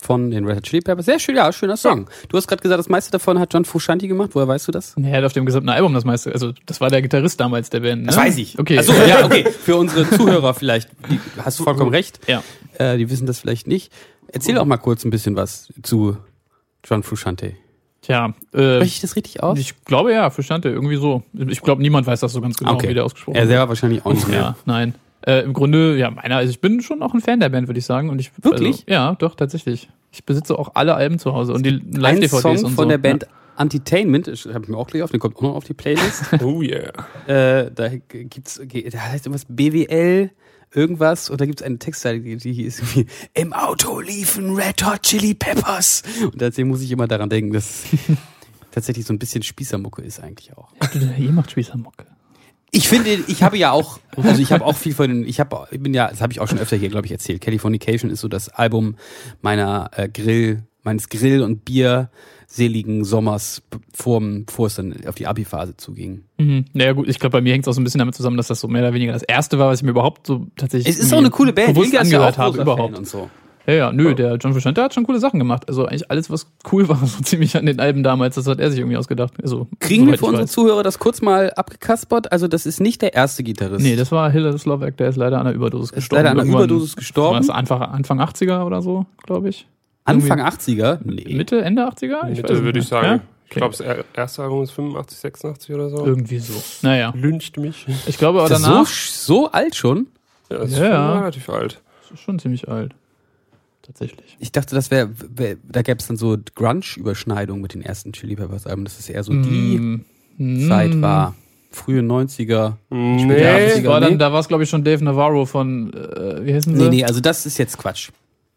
von den Red Hot Chili Peppers. Sehr schön, ja, schöner Song. Du hast gerade gesagt, das meiste davon hat John Frusciante gemacht. Woher weißt du das? Er hat auf dem gesamten Album das meiste, also das war der Gitarrist damals der Band. Ne? Das weiß ich. Okay. Achso, ja, okay. Für unsere Zuhörer vielleicht, die, hast du vollkommen recht. Ja. Äh, die wissen das vielleicht nicht. Erzähl doch mal kurz ein bisschen was zu John Frusciante. Tja, äh, spreche ich das richtig aus? Ich glaube ja, Frusciante, irgendwie so. Ich glaube, niemand weiß das so ganz genau, okay. wie der ausgesprochen wird. Er selber wird. wahrscheinlich auch nicht mehr. Ja, nein. Äh, Im Grunde, ja, meiner, also ich bin schon auch ein Fan der Band, würde ich sagen. Und ich, Wirklich? Also, ja, doch, tatsächlich. Ich besitze auch alle Alben zu Hause und die Live-D V Ds Song und so. von der Band ja. Antitainment, das habe ich mir auch gleich auf, den kommt auch noch auf die Playlist. Oh yeah. Äh, da gibt's, da heißt irgendwas B W L, irgendwas, und da gibt's eine Textzeile, die, die ist irgendwie, im Auto liefen Red Hot Chili Peppers. Und deswegen muss ich immer daran denken, dass tatsächlich so ein bisschen Spießermucke ist eigentlich auch. Ihr macht Spießermucke. Ich finde, ich habe ja auch, also ich habe auch viel von den, ich habe, ich bin ja, das habe ich auch schon öfter hier, glaube ich, erzählt. Californication ist so das Album meiner äh, Grill, meines Grill- und Bierseligen Sommers, bevor, bevor es dann auf die Abi-Phase zuging. Mhm. Naja gut, ich glaube, bei mir hängt es auch so ein bisschen damit zusammen, dass das so mehr oder weniger das erste war, was ich mir überhaupt so tatsächlich es ist auch eine coole Band, bewusst angehört habe überhaupt und so. Ja, ja, nö, der John Frusciante hat schon coole Sachen gemacht. Also eigentlich alles, was cool war, so ziemlich an den Alben damals, das hat er sich irgendwie ausgedacht. Also, kriegen wir für unsere weiß. Zuhörer das kurz mal abgekaspert? Also das ist nicht der erste Gitarrist. Nee, das war Hillel Slovak, der ist leider an einer Überdosis ist gestorben. Ist leider an einer Überdosis gestorben. Das war Anfang, Anfang achtziger oder so, glaube ich. Anfang irgendwie achtziger? Nee. Mitte, Ende achtziger? Ich Mitte würde ich sagen. Ja? Okay. Ich glaube, das erste Album ist fünfundachtzig, sechsundachtzig oder so. Irgendwie so. Naja. Lyncht mich. Ich glaube aber ist das danach... So, so alt schon? Ja, das ist ja, schon ja. relativ alt. Das ist schon ziemlich alt. Tatsächlich. Ich dachte, das wäre, wär, da gäbe es dann so Grunge-Überschneidungen mit den ersten Chili Peppers Alben, dass es eher so die mm. Zeit war. Frühe neunziger, nee. späte achtziger. War dann, nee? Da war es, glaube ich, schon Dave Navarro von, äh, wie heißen sie? Nee, nee, also das ist jetzt Quatsch.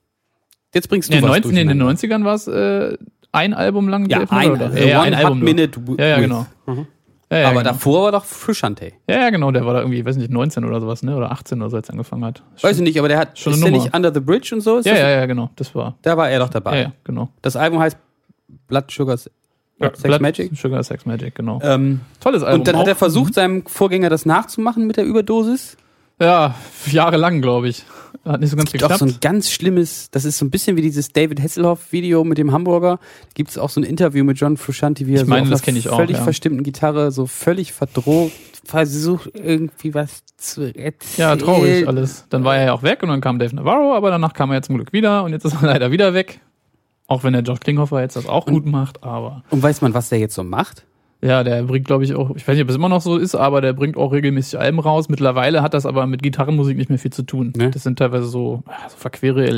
Jetzt bringst du nee, was neunzehn, nee, in den neunzigern war es äh, ein Album lang ja, Dave ein, Navarro. Äh, ja, ein ein Album Minute ja, ja, genau. Mhm. Ja, ja, aber genau. davor war doch Frusciante. Ja, ja, genau, der war da irgendwie, weiß nicht, neunzehn oder sowas, ne? Oder achtzehn oder so, als er angefangen hat. Schon, weiß ich nicht, aber der hat, schon ist der nicht Under the Bridge und so? Ist ja, das ja, ja, genau, das war. Da war er doch dabei. Ja, ja, genau. Das Album heißt Blood Sugar Sex Blood, Magic? Sugar Sex Magic, genau. Ähm, Tolles Album. Und dann auch. hat er versucht, seinem Vorgänger das nachzumachen mit der Überdosis. Ja, jahrelang, glaube ich. Hat nicht so ganz es gibt geklappt. Auch so ein ganz schlimmes, das ist so ein bisschen wie dieses David Hasselhoff-Video mit dem Hamburger. Gibt es auch so ein Interview mit John Frusciante, wie er ich meine, so das auf kenne einer ich auch, völlig ja. verstimmten Gitarre, so völlig verdroht, versucht irgendwie was zu erzählen. Ja, traurig alles. Dann war er ja auch weg und dann kam Dave Navarro, aber danach kam er ja zum Glück wieder und jetzt ist er leider wieder weg. Auch wenn der Josh Klinghoffer jetzt das auch und, gut macht, aber... Und weiß man, was der jetzt so macht? Ja, der bringt, glaube ich, auch, ich weiß nicht, ob es immer noch so ist, aber der bringt auch regelmäßig Alben raus. Mittlerweile hat das aber mit Gitarrenmusik nicht mehr viel zu tun. Ne? Das sind teilweise so, so verquere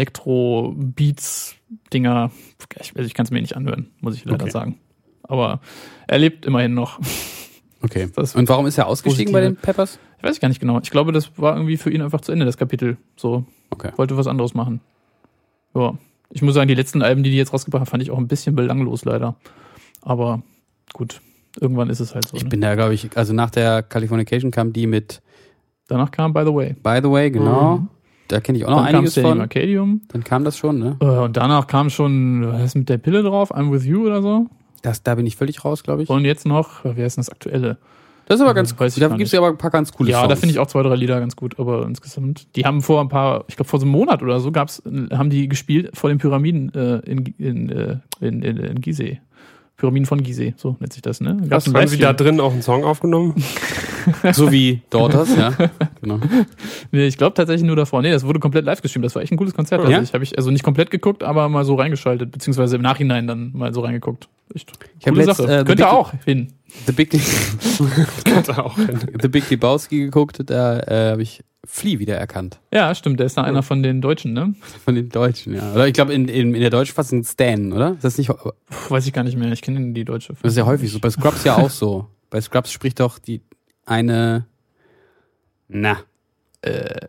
Elektro-Beats-Dinger. Ich, also ich kann es mir nicht anhören, muss ich leider okay. sagen. Aber er lebt immerhin noch. Okay. Und warum ist er ausgestiegen bei den Peppers? Ich weiß gar nicht genau. Ich glaube, das war irgendwie für ihn einfach zu Ende, das Kapitel. So, okay. Wollte was anderes machen. Ja. Ich muss sagen, die letzten Alben, die die jetzt rausgebracht haben, fand ich auch ein bisschen belanglos leider. Aber gut. Irgendwann ist es halt so. Ich ne? bin da, glaube ich, also nach der Californication kam die mit. Danach kam By the Way. By the Way, genau. Mhm. Da kenne ich auch noch dann einiges kam von. Arcadium. Dann kam das schon, ne? Und danach kam schon, was ist mit der Pille drauf? I'm With You oder so? Das, da bin ich völlig raus, glaube ich. Und jetzt noch, wie heißt denn das Aktuelle? Das ist aber ganz cool. Da gibt es ja aber ein paar ganz coole ja, Songs. Ja, da finde ich auch zwei, drei Lieder ganz gut, aber insgesamt. Die haben vor ein paar, ich glaube vor so einem Monat oder so, gab's, haben die gespielt vor den Pyramiden äh, in, in, in, in, in Gizeh. Pyramiden von Gizeh, so nennt sich das, ne? Gab's haben sie da drin auch einen Song aufgenommen? So wie Daughters, ja. Genau. Nee, ich glaube tatsächlich nur davor. Nee, das wurde komplett live gestreamt. Das war echt ein cooles Konzert. Also ja? ich habe ich also nicht komplett geguckt, aber mal so reingeschaltet, beziehungsweise im Nachhinein dann mal so reingeguckt. Echt ich coole letzt, Sache. Äh, Könnte auch hin. The Big Könnte auch hin. The Big Lebowski geguckt, da äh, habe ich Flea wieder erkannt. Ja, stimmt. Der ist da einer von den Deutschen, ne? Von den Deutschen, ja. Oder ich glaube in, in, in der deutschen Fassung Stan, oder? Ist das nicht? Puh, weiß ich gar nicht mehr. Ich kenne die deutsche. Das ist ja häufig so. Bei Scrubs ja auch so. Bei Scrubs spricht doch die eine. Na. Äh.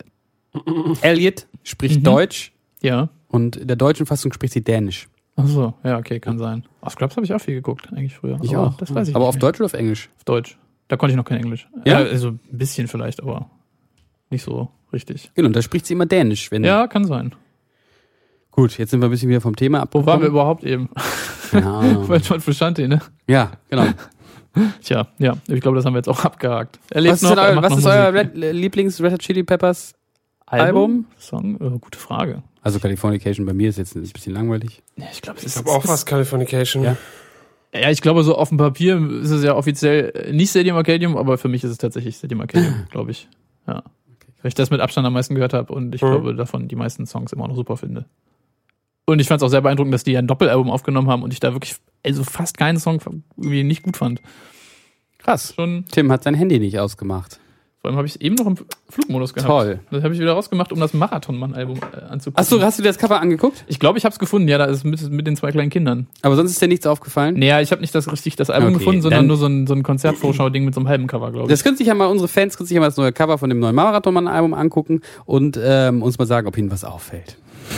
Elliot spricht mhm. Deutsch. Ja. Und in der deutschen Fassung spricht sie Dänisch. Ach so, ja, okay, kann sein. Auf Scrubs habe ich auch viel geguckt, eigentlich früher. Ich aber auch. Das weiß ich aber nicht auf mehr. Deutsch oder auf Englisch? Auf Deutsch. Da konnte ich noch kein Englisch. Ja? ja also ein bisschen vielleicht, aber nicht so richtig. Genau, da spricht sie immer Dänisch. Wenn ja, kann sein. Gut, jetzt sind wir ein bisschen wieder vom Thema abgekommen. Wo waren wir überhaupt eben? Ja. Bei John Frusciante, ne? Ja, genau. Tja, ja, ich glaube, das haben wir jetzt auch abgehakt. Er lebt was noch, ist, denn er euer, macht was noch ist Musik. euer Red, Lieblings Red Hot Chili Peppers Album? Song? Äh, gute Frage. Also Californication bei mir ist jetzt ein bisschen langweilig. Ja, ich glaube, es Ich ist habe auch was Californication. Ja. Ja, ich glaube, so auf dem Papier ist es ja offiziell nicht Stadium Arcadium, aber für mich ist es tatsächlich Stadium Arcadium, glaube ich. Ja. Weil ich das mit Abstand am meisten gehört habe und ich mhm. glaube, davon die meisten Songs immer noch super finde. Und ich fand es auch sehr beeindruckend, dass die ein Doppelalbum aufgenommen haben und ich da wirklich also fast keinen Song irgendwie nicht gut fand. Krass. Schon. Tim hat sein Handy nicht ausgemacht. Vor allem habe ich es eben noch im Flugmodus gehabt. Toll. Das habe ich wieder rausgemacht, um das Marathon-Mann-Album äh, anzugucken. Achso, hast du dir das Cover angeguckt? Ich glaube, ich habe es gefunden. Ja, da ist mit, mit den zwei kleinen Kindern. Aber sonst ist dir nichts aufgefallen? Naja, ich habe nicht das richtig das Album Okay, gefunden, sondern dann- nur so ein, so ein Konzertvorschau-Ding mit so einem halben Cover, glaube ich. Das können sich ja mal unsere Fans können sich ja mal das neue Cover von dem neuen Marathon-Album angucken und ähm, uns mal sagen, ob ihnen was auffällt.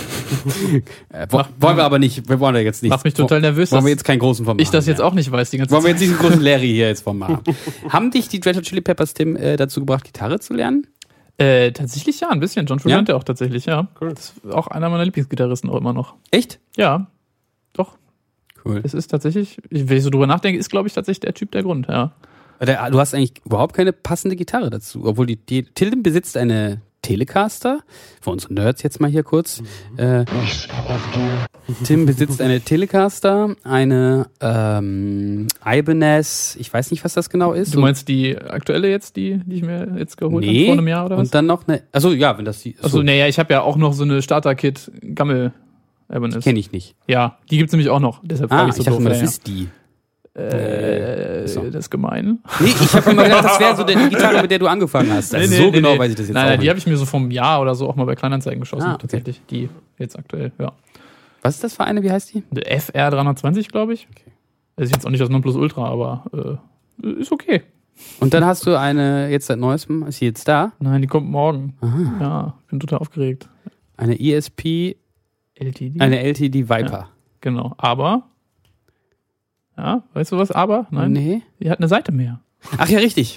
äh, wo, Mach- wollen wir aber nicht, wir wollen ja jetzt nicht. Macht mich total nervös, Wollen dass wir jetzt keinen großen vom ich das machen, jetzt ja. auch nicht weiß die ganze Wollen wir Zeit. jetzt diesen großen Larry hier jetzt vom machen? Haben dich die Red Hot Chili Peppers, Tim, äh, dazu gebracht, Gitarre zu lernen? Äh, tatsächlich ja, ein bisschen. John Ja? Frusciante auch tatsächlich, ja. Das ist auch einer meiner Lieblingsgitarristen auch immer noch. Echt? Ja, doch. Cool. Es ist tatsächlich, wenn ich so drüber nachdenke, ist, glaube ich, tatsächlich der Typ der Grund, ja. Der, du hast eigentlich überhaupt keine passende Gitarre dazu, obwohl die, die Tim besitzt eine Telecaster. Für unsere Nerds jetzt mal hier kurz. Äh, Tim besitzt eine Telecaster, eine ähm, Ibanez, ich weiß nicht, was das genau ist. Du meinst die aktuelle jetzt, die, die ich mir jetzt geholt habe nee, vor einem Jahr oder was? und dann noch eine, also ja, wenn das die, Achso, naja, ich habe ja auch noch so eine Starter-Kit-Gammel. Ibanez. kenne ich nicht. Ja, die gibt's nämlich auch noch. Deshalb Ah, frage ich ich so dachte doof. mal, das ja, ist die. Äh, so. Das ist gemein. Nee, ich habe immer gedacht, das wäre so die Gitarre, mit der du angefangen hast. Also Nee, so nee, genau nee. weiß ich das jetzt nein, auch nein, die nicht. habe ich mir so vom Jahr oder so auch mal bei Kleinanzeigen geschossen, Ah, okay. tatsächlich. Die jetzt aktuell, ja. Was ist das für eine, wie heißt die? Eine F R dreihundertzwanzig, glaube ich. Okay. Das ist jetzt auch nicht das Nonplusultra, aber äh, ist okay. Und dann hast du eine, jetzt seit neuestem, ist sie jetzt da? Nein, die kommt morgen. Aha. Ja, bin total aufgeregt. Eine E S P, L T D? eine L T D Viper. Ja, genau. Aber, ja, weißt du was, aber? Nein, Nee. die hat eine Seite mehr. Ach ja, richtig.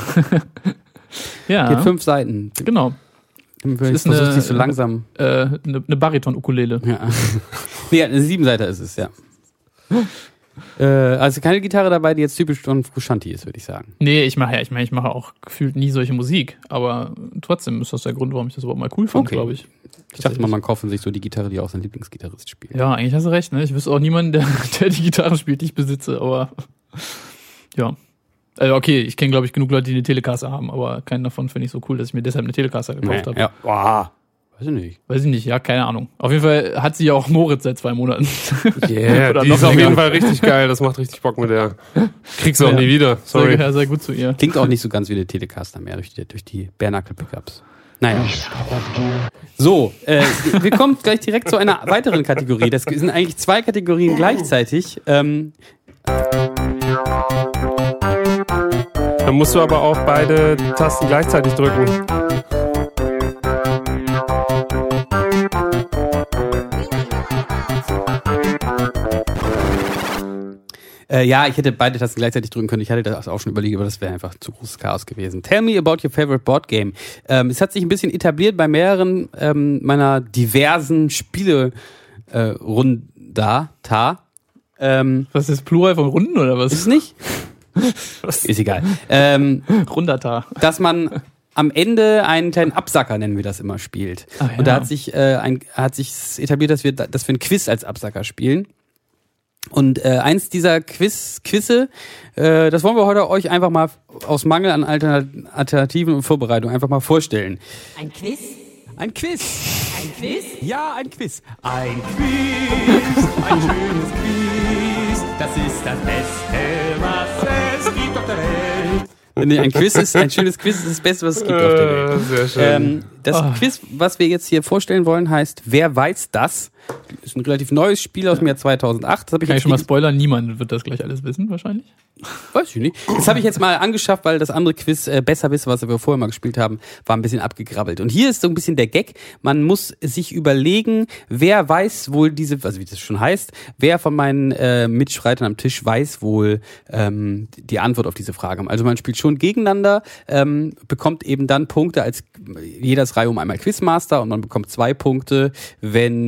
Ja, Die hat fünf Seiten. genau. Ich ist versuche eine- dich so langsam. Äh, eine, eine Bariton-Ukulele. Ja. Nee, eine Siebenseiter ist es, ja. äh, also keine Gitarre dabei, die jetzt typisch John Frusciante ist, würde ich sagen. Nee, ich mache ja, ich meine, ich mache auch gefühlt nie solche Musik, aber trotzdem ist das der Grund, warum ich das überhaupt mal cool fand, Okay. glaube ich. Ich dachte mal, man kaufen sich so die Gitarre, die auch sein Lieblingsgitarrist spielt. Ja, eigentlich hast du recht, ne? Ich wüsste auch niemanden, der, der die Gitarre spielt, die ich besitze, aber ja. Also okay, ich kenne, glaube ich, genug Leute, die eine Telecaster haben, aber keinen davon finde ich so cool, dass ich mir deshalb eine Telecaster gekauft habe. Ja, boah. Weiß ich nicht. Weiß ich nicht, ja, keine Ahnung. Auf jeden Fall hat sie ja auch Moritz seit zwei Monaten. Yeah, Oder die noch ist auf länger. jeden Fall richtig geil. Das macht richtig Bock mit der. Kriegst du auch Ja. nie wieder. Sorry. Sei, sei gut zu ihr. Klingt auch nicht so ganz wie eine Telecaster mehr durch die, durch die Bare-Knuckle-Pickups. Naja. So, äh, wir kommen gleich direkt zu einer weiteren Kategorie. Das sind eigentlich zwei Kategorien gleichzeitig. Ähm, Dann musst du aber auch beide Tasten gleichzeitig drücken. Äh, ja, ich hätte beide Tasten gleichzeitig drücken können. Ich hatte das auch schon überlegt, aber das wäre einfach zu großes Chaos gewesen. Tell me about your favorite board game. Ähm, es hat sich ein bisschen etabliert bei mehreren ähm, meiner diversen Spiele äh, Runden da, ta. Ähm, Was ist das, Plural von Runden oder was? ist es nicht? Ist egal. Ähm, Rundata. dass man am Ende einen kleinen Absacker, nennen wir das immer, spielt. Ah, ja. Und da hat sich äh, ein, hat sich etabliert, dass wir, dass wir ein Quiz als Absacker spielen. Und äh, eins dieser Quiz, Quizze, äh, das wollen wir heute euch einfach mal aus Mangel an Altern- Alternativen und Vorbereitung einfach mal vorstellen. Ein Quiz? Ein Quiz! Ein Quiz? Ja, ein Quiz! Ein Quiz! Ein schönes Quiz! Das ist das Beste, was es gibt auf der Welt! Nee, ein Quiz ist, ein schönes Quiz ist das Beste, was es gibt auf der Welt. Äh, sehr schön. Ähm, das Quiz, was wir jetzt hier vorstellen wollen, heißt Wer weiß das? Ist ein relativ neues Spiel aus dem Jahr zweitausendacht. Das habe ich Kann ich jetzt schon mal nicht- spoilern? Niemand wird das gleich alles wissen, wahrscheinlich. Weiß ich nicht. Das habe ich jetzt mal angeschafft, weil das andere Quiz äh, besser wissen, was wir vorher mal gespielt haben, war ein bisschen abgegrabbelt. Und hier ist so ein bisschen der Gag. Man muss sich überlegen, wer weiß wohl diese, also wie das schon heißt, wer von meinen äh, Mitstreitern am Tisch weiß wohl ähm, die Antwort auf diese Frage. Also man spielt schon gegeneinander, ähm, bekommt eben dann Punkte als jeder ist Reihe um einmal Quizmaster und man bekommt zwei Punkte, wenn ähm,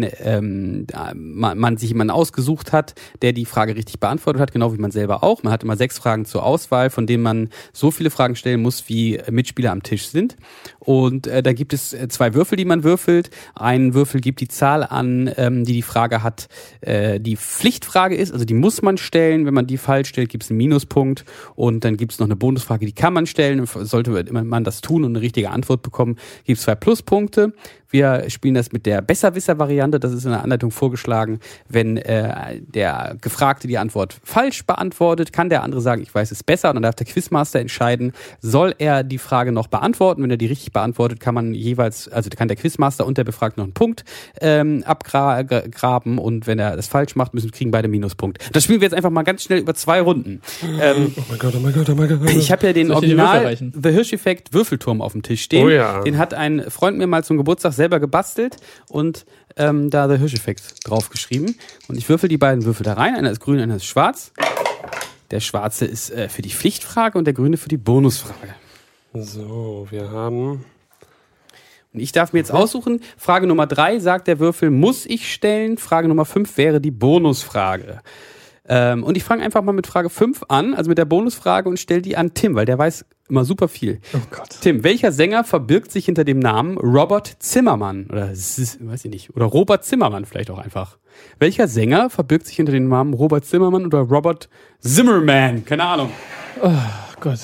ähm, man, man sich jemanden ausgesucht hat, der die Frage richtig beantwortet hat, genau wie man selber auch. Man hat immer sechs Fragen zur Auswahl, von denen man so viele Fragen stellen muss, wie Mitspieler am Tisch sind. Und äh, da gibt es zwei Würfel, die man würfelt. Ein Würfel gibt die Zahl an, ähm, die die Frage hat, äh, die Pflichtfrage ist, also die muss man stellen. Wenn man die falsch stellt, gibt es einen Minuspunkt. Und dann gibt es noch eine Bonusfrage, die kann man stellen. Sollte man das tun und eine richtige Antwort bekommen, gibt es zwei Pluspunkte. Wir spielen das mit der Besserwisser-Variante. Das ist in der Anleitung vorgeschlagen. Wenn äh, der Gefragte die Antwort falsch beantwortet, kann der andere sagen, ich weiß es besser. Und dann darf der Quizmaster entscheiden, soll er die Frage noch beantworten. Wenn er die richtig beantwortet, kann man jeweils, also kann der Quizmaster und der Befragte noch einen Punkt ähm, abgraben. Und wenn er das falsch macht, müssen kriegen beide Minuspunkt. Das spielen wir jetzt einfach mal ganz schnell über zwei Runden. Ähm, oh mein Gott, oh mein Gott, oh mein Gott. Ich habe ja den Original The Hirsch-Effekt Würfelturm auf dem Tisch stehen. Oh ja. Den hat ein Freund mir mal zum Geburtstag selber gebastelt und ähm, da der Hirsch-Effekt draufgeschrieben. Und ich würfel die beiden Würfel da rein. Einer ist grün, einer ist schwarz. Der schwarze ist äh, für die Pflichtfrage und der grüne für die Bonusfrage. So, wir haben... Und ich darf mir jetzt aussuchen, Frage Nummer drei sagt der Würfel, muss ich stellen? Frage Nummer fünf wäre die Bonusfrage. Ähm, und ich fange einfach mal mit Frage fünf an, also mit der Bonusfrage und stelle die an Tim, weil der weiß immer super viel. Oh Gott. Tim, welcher Sänger verbirgt sich hinter dem Namen Robert Zimmermann? Oder, weiß ich nicht, oder Robert Zimmermann vielleicht auch einfach. Welcher Sänger verbirgt sich hinter dem Namen Robert Zimmermann oder Robert Zimmerman? Keine Ahnung. Oh Gott.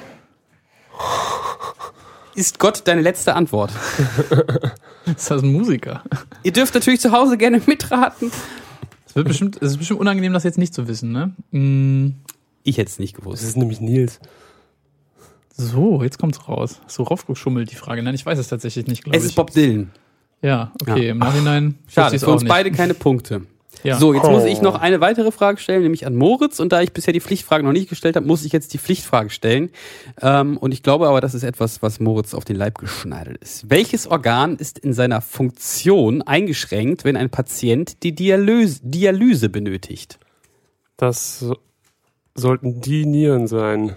Ist Gott deine letzte Antwort? Ist das ein Musiker? Ihr dürft natürlich zu Hause gerne mitraten. Es wird bestimmt, es ist bestimmt unangenehm, das jetzt nicht zu wissen, ne? Mm. Ich hätte es nicht gewusst. Das ist nämlich Nils. So, jetzt kommt's raus. So raufgeschummelt die Frage. Nein, ich weiß es tatsächlich nicht, glaube ich. Es ist Bob Dylan. Ja, okay, ja. Im Nachhinein. Schade, für uns nicht. Beide keine Punkte. Ja. So, jetzt oh. muss ich noch eine weitere Frage stellen, nämlich an Moritz. Und da ich bisher die Pflichtfrage noch nicht gestellt habe, muss ich jetzt die Pflichtfrage stellen. Ähm, und ich glaube aber, das ist etwas, was Moritz auf den Leib geschneidert ist. Welches Organ ist in seiner Funktion eingeschränkt, wenn ein Patient die Dialyse, Dialyse benötigt? Das so, sollten die Nieren sein.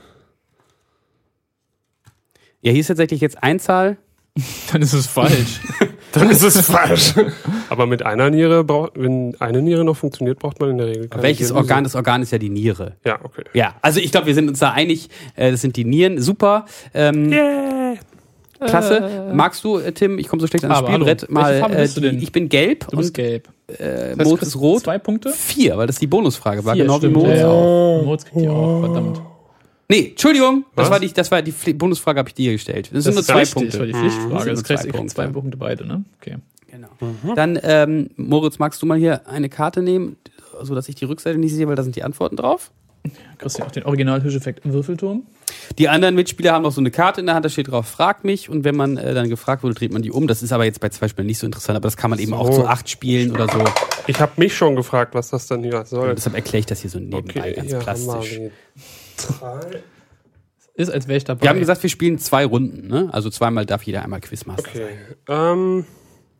Ja, hier ist tatsächlich jetzt Einzahl. Dann ist es falsch. Dann ist es falsch. Aber mit einer Niere, braucht, wenn eine Niere noch funktioniert, braucht man in der Regel keine Welches Dialyse. Organ? Das Organ ist ja die Niere. Ja, okay. Ja, also ich glaube, wir sind uns da einig. Äh, das sind die Nieren. Super. Ähm, yeah. Klasse. Äh. Magst du, äh, Tim, ich komme so schlecht ans Aber Spielbrett, hallo. mal, Welche Farbe äh, bist du denn? Die, ich bin gelb. Du bist und gelb. Äh, Das heißt, Moritz ist rot. Zwei Punkte? Vier, weil das die Bonusfrage war. Vier, genau stimmt. wie Moritz Ja, auch. ja. Moritz kriegt die auch, verdammt. Nee, Entschuldigung. Das Was? war, die, das war die Pfli- Bonusfrage, habe ich dir gestellt. Das, sind nur ist zwei richtig, Punkte. Das war die Das Pflichtfrage. sind Das nur kriegst zwei du Punkte. zwei Punkte beide, ne? Okay. Genau. Dann, ähm, Moritz, magst du mal hier eine Karte nehmen, sodass ich die Rückseite nicht sehe, weil da sind die Antworten drauf? Kriegst du auch den Original-Hirsch-Effekt im Würfelturm? Die anderen Mitspieler haben noch so eine Karte in der Hand, da steht drauf, frag mich. Und wenn man äh, dann gefragt wurde, dreht man die um. Das ist aber jetzt bei zwei Spielen nicht so interessant, aber das kann man eben So. auch zu acht spielen oder so. Ich habe mich schon gefragt, was das dann hier soll. Und deshalb erkläre ich das hier so nebenbei, Okay, ganz ja, plastisch. Ist, als wäre ich dabei. Wir haben gesagt, wir spielen zwei Runden, ne? Also zweimal darf jeder einmal Quizmaster Okay. sein. Ähm,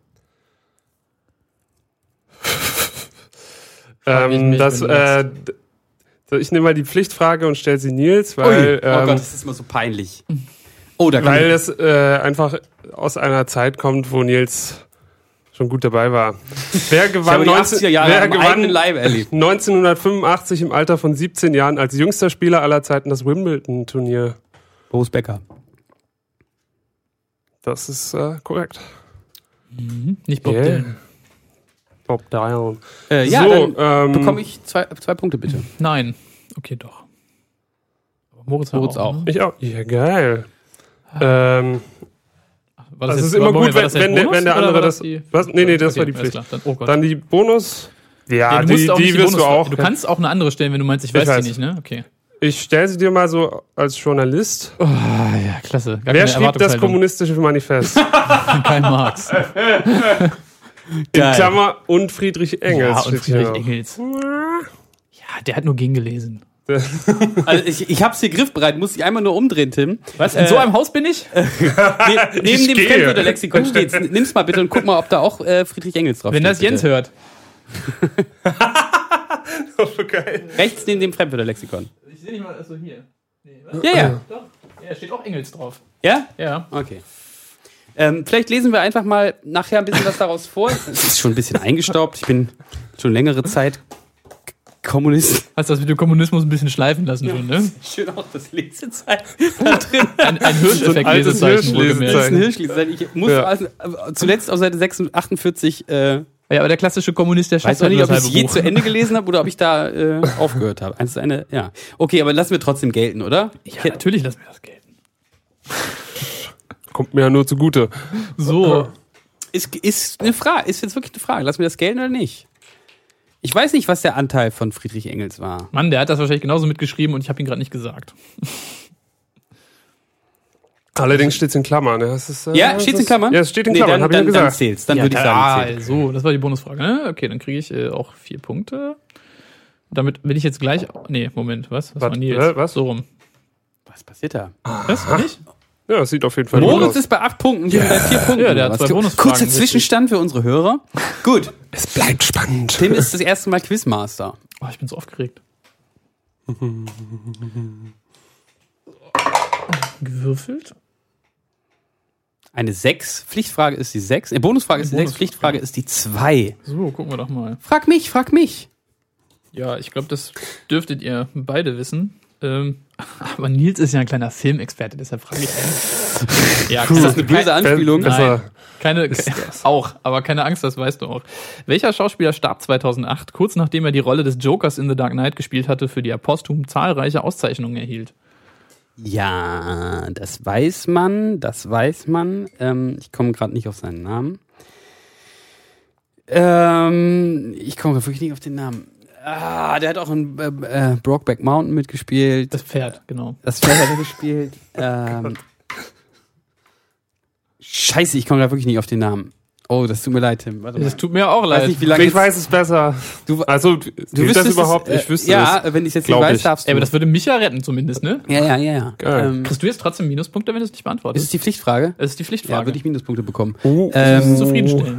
ähm, mich, das, wenn du äh, d- ich nehme mal die Pflichtfrage und stelle sie Nils, weil, Ui, oh ähm, Gott, das ist immer so peinlich. Oh, da kann weil ich, es äh, einfach aus einer Zeit kommt, wo Nils schon gut dabei war. Wer ich gewann, habe die neunzehn, achtziger Jahre wer am eigenen gewann Leib erlebt. neunzehnhundertfünfundachtzig im Alter von siebzehn Jahren als jüngster Spieler aller Zeiten das Wimbledon-Turnier? Boris Becker. Das ist äh, korrekt. Mhm. Nicht Bob Yeah. Dylan. Bob Dylan. Äh, ja, so, dann ähm, bekomme ich zwei, zwei Punkte, bitte. Nein. Okay, doch. Aber Moritz, war Moritz auch. auch. Ne? Ich auch. Ja, geil. Ähm, War das jetzt- ist immer Moment, gut, war wenn, das jetzt wenn, der- Bonus wenn der oder andere war das. die- Was? Nee, nee, das Okay, war die alles Pflicht. klar. Dann, oh Gott. Dann die Bonus. Ja, Ja, du musst die, auch die nicht die wirst du Bonusfrage- auch. Du kannst auch eine andere stellen, wenn du meinst, ich weiß, Ich weiß. die nicht, ne? Okay. Ich stelle sie dir mal so als Journalist. Oh, ja, klasse. Gar Wer keine schrieb das Erwartungshaltung. kommunistische Manifest? Karl Marx. In Klammer und Friedrich Engels. Ja, und steht Friedrich hier noch. Engels. Ja, der hat nur gegen gelesen. Also ich, ich hab's hier griffbereit, muss ich einmal nur umdrehen, Tim. Was? In so einem Haus bin ich? Ne, neben Ich dem gehe. Fremdwörterlexikon steht's. Nimm's mal bitte und guck mal, ob da auch äh, Friedrich Engels drauf Wenn steht. das Jens bitte. hört. Oh, geil. Rechts neben dem Fremdwörterlexikon. Ich sehe nicht mal, also hier. Nee, was? Ja, ja. Doch. Ja, steht auch Engels drauf. Ja? Ja. Okay. Ähm, vielleicht lesen wir einfach mal nachher ein bisschen was daraus vor. Es ist schon ein bisschen eingestaubt. Ich bin schon längere Zeit Kommunist. Hast du das mit dem Kommunismus ein bisschen schleifen lassen, ja, schon, ne? Schön auch das Lesezeichen da drin. Ein, ein Hirscheffekt-Lesezeichen. So ein Hirsch-Lesezeichen. Ich muss ja. also, zuletzt auf Seite achtundvierzig äh, ja, aber der klassische Kommunist, der schreibt weiß auch nicht, ob ich es je zu Ende gelesen habe oder ob ich da äh, aufgehört habe. Eins ist eine, ja. Okay, aber lassen wir trotzdem gelten, oder? Ja, natürlich lassen wir das gelten. Kommt mir ja nur zugute. So. Ist, ist eine Frage, ist jetzt wirklich eine Frage. Lassen wir das gelten oder nicht? Ich weiß nicht, was der Anteil von Friedrich Engels war. Mann, der hat das wahrscheinlich genauso mitgeschrieben und ich habe ihn gerade nicht gesagt. Allerdings steht es in Klammern. Das ist, äh, ja, steht es in Klammern? Ja, es steht in Klammern, nee, habe ich ja gesagt. Dann zählt's, dann ja, würde ich sagen, ah, zählt. So, das war die Bonusfrage, ne? Okay, dann kriege ich äh, auch vier Punkte. Damit bin ich jetzt gleich... Nee, Moment, was? Was was, war Nils? äh, was? So rum. Was passiert da? Was? Nicht? Ja, das sieht auf jeden Fall gut Moritz aus. ist bei acht Punkten, wir sind bei vier Punkten. Ja, der hat zwei Bonusfragen. Kurzer Zwischenstand für unsere Hörer. Gut. Es bleibt spannend. Tim ist das erste Mal Quizmaster. Oh, ich bin so aufgeregt. Gewürfelt? Eine sechs. Pflichtfrage ist die sechs. Äh, Bonusfrage ist die sechs. Pflichtfrage ist die zwei. So, gucken wir doch mal. Frag mich, frag mich. Ja, ich glaube, das dürftet ihr beide wissen. Ähm, aber Nils ist ja ein kleiner Filmexperte, deshalb frage ich ihn. Ja, ist das eine böse Anspielung? Nein, keine, ke- auch, aber keine Angst, das weißt du auch. Welcher Schauspieler starb zweitausendacht, kurz nachdem er die Rolle des Jokers in The Dark Knight gespielt hatte, für die er posthum zahlreiche Auszeichnungen erhielt? Ja, das weiß man, das weiß man. Ähm, ich komme gerade nicht auf seinen Namen. Ähm, ich komme wirklich nicht auf den Namen. Ah, der hat auch in äh, äh, Brokeback Mountain mitgespielt. Das Pferd, genau. Das Pferd hat er gespielt. Ähm, Scheiße, ich komme da wirklich nicht auf den Namen. Oh, das tut mir leid, Tim. Warte mal. Das tut mir auch leid. Weiß nicht, wie lange ich weiß es besser. Du, also, du wüsstest das überhaupt? Es, äh, ich wüsste ja, es. wenn ich es jetzt nicht weiß, ich. darfst du. Ey, aber das würde mich ja retten zumindest, ne? Ja, ja, ja, ja. Geil. Ähm, Kriegst du jetzt trotzdem Minuspunkte, wenn du es nicht beantwortest? ist es die Pflichtfrage? Es ist die Pflichtfrage. Ja, würde ich Minuspunkte bekommen. Oh. Das ist Ähm, zufriedenstellend.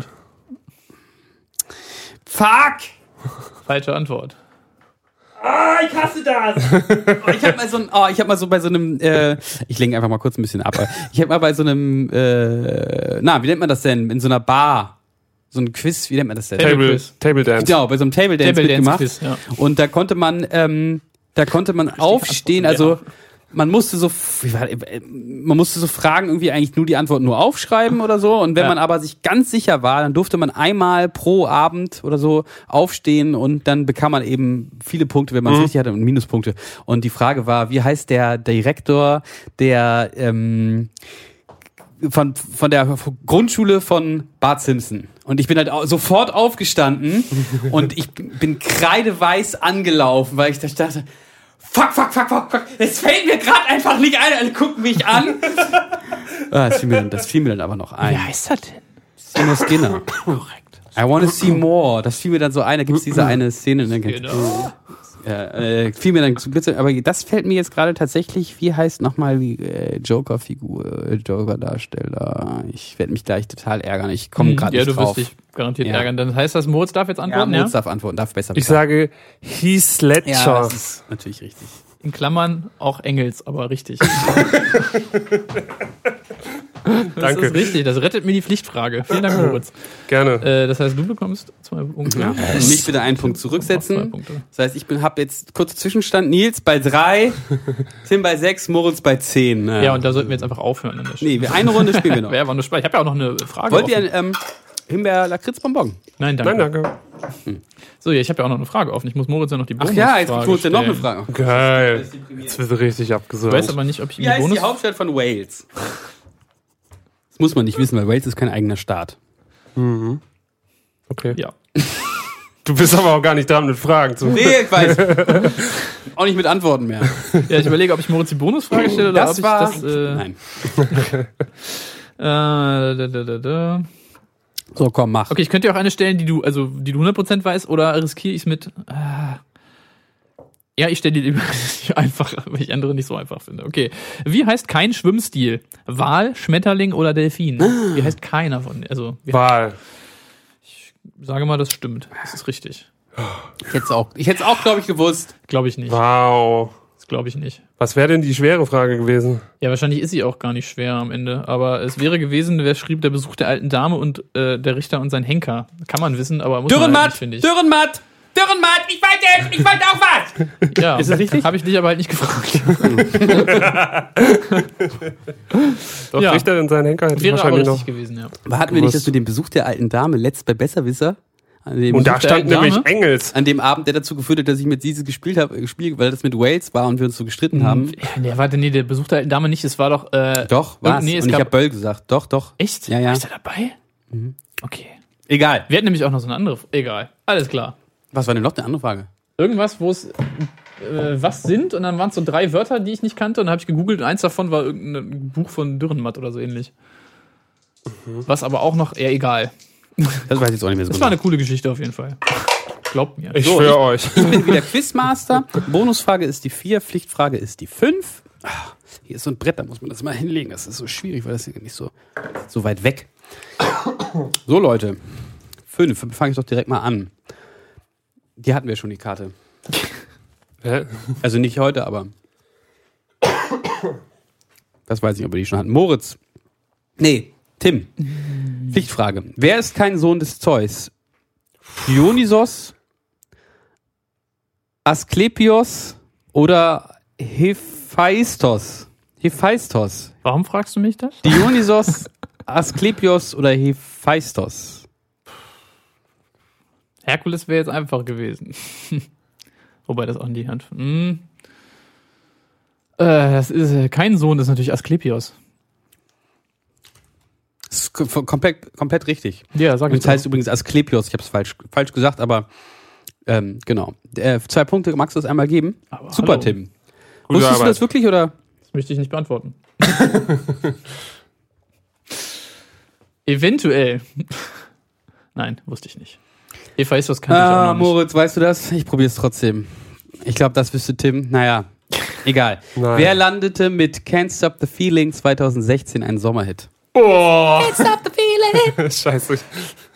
Fuck! Falsche Antwort. Ah, ich hasse das! Oh, ich hab mal so ein, oh, ich hab mal so bei so einem, äh, ich lenke einfach mal kurz ein bisschen ab. Ich hab mal bei so einem, äh, na, wie nennt man das denn? In so einer Bar. So ein Quiz, wie nennt man das denn? Table, Quiz. Table Dance. Genau, bei so einem Table Dance Table Dance mitgemacht. Quiz, ja. Und da konnte man, ähm, da konnte man aufstehen, also man musste so, wie war, man musste so Fragen irgendwie eigentlich nur die Antworten nur aufschreiben oder so. Und wenn Ja. man aber sich ganz sicher war, dann durfte man einmal pro Abend oder so aufstehen und dann bekam man eben viele Punkte, wenn man es Mhm. richtig hatte, und Minuspunkte. Und die Frage war, wie heißt der Direktor der ähm, von von der Grundschule von Bart Simpson? Und ich bin halt au- sofort aufgestanden und ich bin kreideweiß angelaufen, weil ich da dachte, fuck, fuck, fuck, fuck, fuck, das fällt mir gerade einfach nicht ein, alle gucken mich an. ah, das, fiel mir dann, das fiel mir dann aber noch ein. Wie heißt das denn? Seymour Skinner. Korrekt. I wanna see more. Das fiel mir dann so ein, da gibt's diese eine Szene. Ne? Genau. Ja, äh, fiel mir dann so bitte, aber das fällt mir jetzt gerade tatsächlich, wie heißt nochmal die äh, Joker-Figur, äh, Joker-Darsteller. Ich werde mich gleich total ärgern, ich komme gerade Ja, nicht du drauf. wirst dich garantiert Ja. ärgern. Dann heißt das, Moritz darf jetzt Ja, antworten, ja? Moritz darf antworten, darf besser. Ich sage Heath ja, Ledger. das ist natürlich richtig. In Klammern auch Engels, aber richtig. Das Danke. ist richtig, das rettet mir die Pflichtfrage. Vielen Dank, Moritz. Gerne. Äh, das heißt, du bekommst zwei Punkte. Ja. Und mich bitte einen Punkt Zwei zurücksetzen. Punkte. Das heißt, ich bin hab jetzt kurzer Zwischenstand. Nils bei drei, Tim bei sechs, Moritz bei zehn. Naja. Ja, und da sollten wir jetzt einfach aufhören an der Stelle. Nee, wir- eine Runde spielen wir noch. Wäre aber nur Spaß. Ich habe ja auch noch eine Frage. Wollt offen. ihr ähm, Himbeer-Lakritz-Bonbon? Nein, danke. Nein, danke. So, ja, ich habe ja auch noch eine Frage offen. Ich muss Moritz ja noch die Ach Bonusfrage ja, jetzt gibt uns ja noch eine stellen. Frage. Geil. Jetzt wird richtig Ich abgesagt. weiß aber nicht, ob ich ihm Wie die heißt Bonus... die Hauptstadt von Wales? Das muss man nicht wissen, weil Wales ist kein eigener Staat. Okay. Ja. Du bist aber auch gar nicht dran mit Fragen zu. Nee, ich weiß. Auch nicht mit Antworten mehr. ja, ich überlege, ob ich Moritz die Bonusfrage stelle oder Das ob war... ich das... Äh, Nein. Äh, da, da, da, da. So, komm, mach. Okay, ich könnte dir auch eine stellen, die du, also die du hundert Prozent weißt, oder riskiere ich es mit. Ah. Ja, ich stelle die lieber einfach, weil ich andere nicht so einfach finde. Okay. Wie heißt kein Schwimmstil? Wal, Schmetterling oder Delfin? Wie heißt keiner von. Also, wie, Wahl. sage mal, das stimmt. Das ist richtig. Ich hätte es auch, ich hätte es auch, glaube ich, gewusst. Glaube ich nicht. Wow. glaube ich nicht. Was wäre denn die schwere Frage gewesen? Ja, wahrscheinlich ist sie auch gar nicht schwer am Ende. Aber es wäre gewesen, wer schrieb, der Besuch der alten Dame und äh, der Richter und sein Henker. Kann man wissen, aber muss man halt nicht, finde ich. Dürrenmatt! Dürrenmatt! Ich weiß es! Ich wollte auch was! Ja, ist das richtig? Habe ich dich aber halt nicht gefragt. Doch, Ja. Richter und sein Henker hätte ich Wäre aber wahrscheinlich richtig noch. gewesen, ja. Aber hatten wir nicht das mit dem Besuch der alten Dame letzt bei Besserwisser? An dem, Und da Besuch der stand alten nämlich Dame? Engels. an dem Abend, der dazu geführt hat, dass ich mit Sisi gespielt habe, gespielt, weil das mit Wales war und wir uns so gestritten haben. Ja, nee, warte, nee, der Besuch der alten Dame nicht. Es war doch. Äh, Doch, war's. Nee, es und ich gab- habe Böll gesagt. Doch, doch. Echt? Ja, ja. Ist er dabei? Okay. Egal. Wir hatten nämlich auch noch so eine andere. Egal. Alles klar. Was war denn noch eine andere Frage? Irgendwas, wo es äh, was sind und dann waren es so drei Wörter, die ich nicht kannte und dann habe ich gegoogelt und eins davon war irgendein Buch von Dürrenmatt oder so ähnlich. Was aber auch noch eher egal. Das weiß ich jetzt auch nicht mehr so Das war genau. eine coole Geschichte auf jeden Fall. Glaubt mir. Ich So, schwöre euch. Ich bin wieder Quizmaster. Bonusfrage ist die vier, Pflichtfrage ist die fünf. Ah, hier ist so ein Brett, da muss man das mal hinlegen. Das ist so schwierig, weil das hier nicht so, so weit weg. So, Leute. Fünf, fange ich doch direkt mal an. Die hatten wir schon, die Karte. Hä? Also nicht heute, aber. Das weiß ich nicht, ob wir die schon hatten. Moritz. Nee, Tim. Pflichtfrage. Wer ist kein Sohn des Zeus? Dionysos, Asklepios oder Hephaistos? Hephaistos. Warum fragst du mich das? Dionysos, Asklepios oder Hephaistos? Herkules wäre jetzt einfach gewesen. Wobei das auch in die Hand. Hm. Äh, das ist äh, kein Sohn, das ist natürlich Asklepios. Das ist kom- komplett, komplett richtig. Ja, sag Und ich das heißt übrigens Asklepios. Ich habe es falsch, falsch gesagt, aber ähm, genau. Äh, zwei Punkte magst du es einmal geben? Aber Super, hallo. Tim. Gute Wusstest du Arbeit. das wirklich oder? Das möchte ich nicht beantworten. Eventuell. Nein, wusste ich nicht. Hephaistos kannte ich auch Ah, noch nicht. Moritz, weißt du das? Ich probiere es trotzdem. Ich glaube, das wüsste Tim. Naja, egal. Nein. Wer landete mit Can't Stop the Feeling zwanzig sechzehn ein Sommerhit? Oh! Can't Stop the Feeling! Scheiße. Ich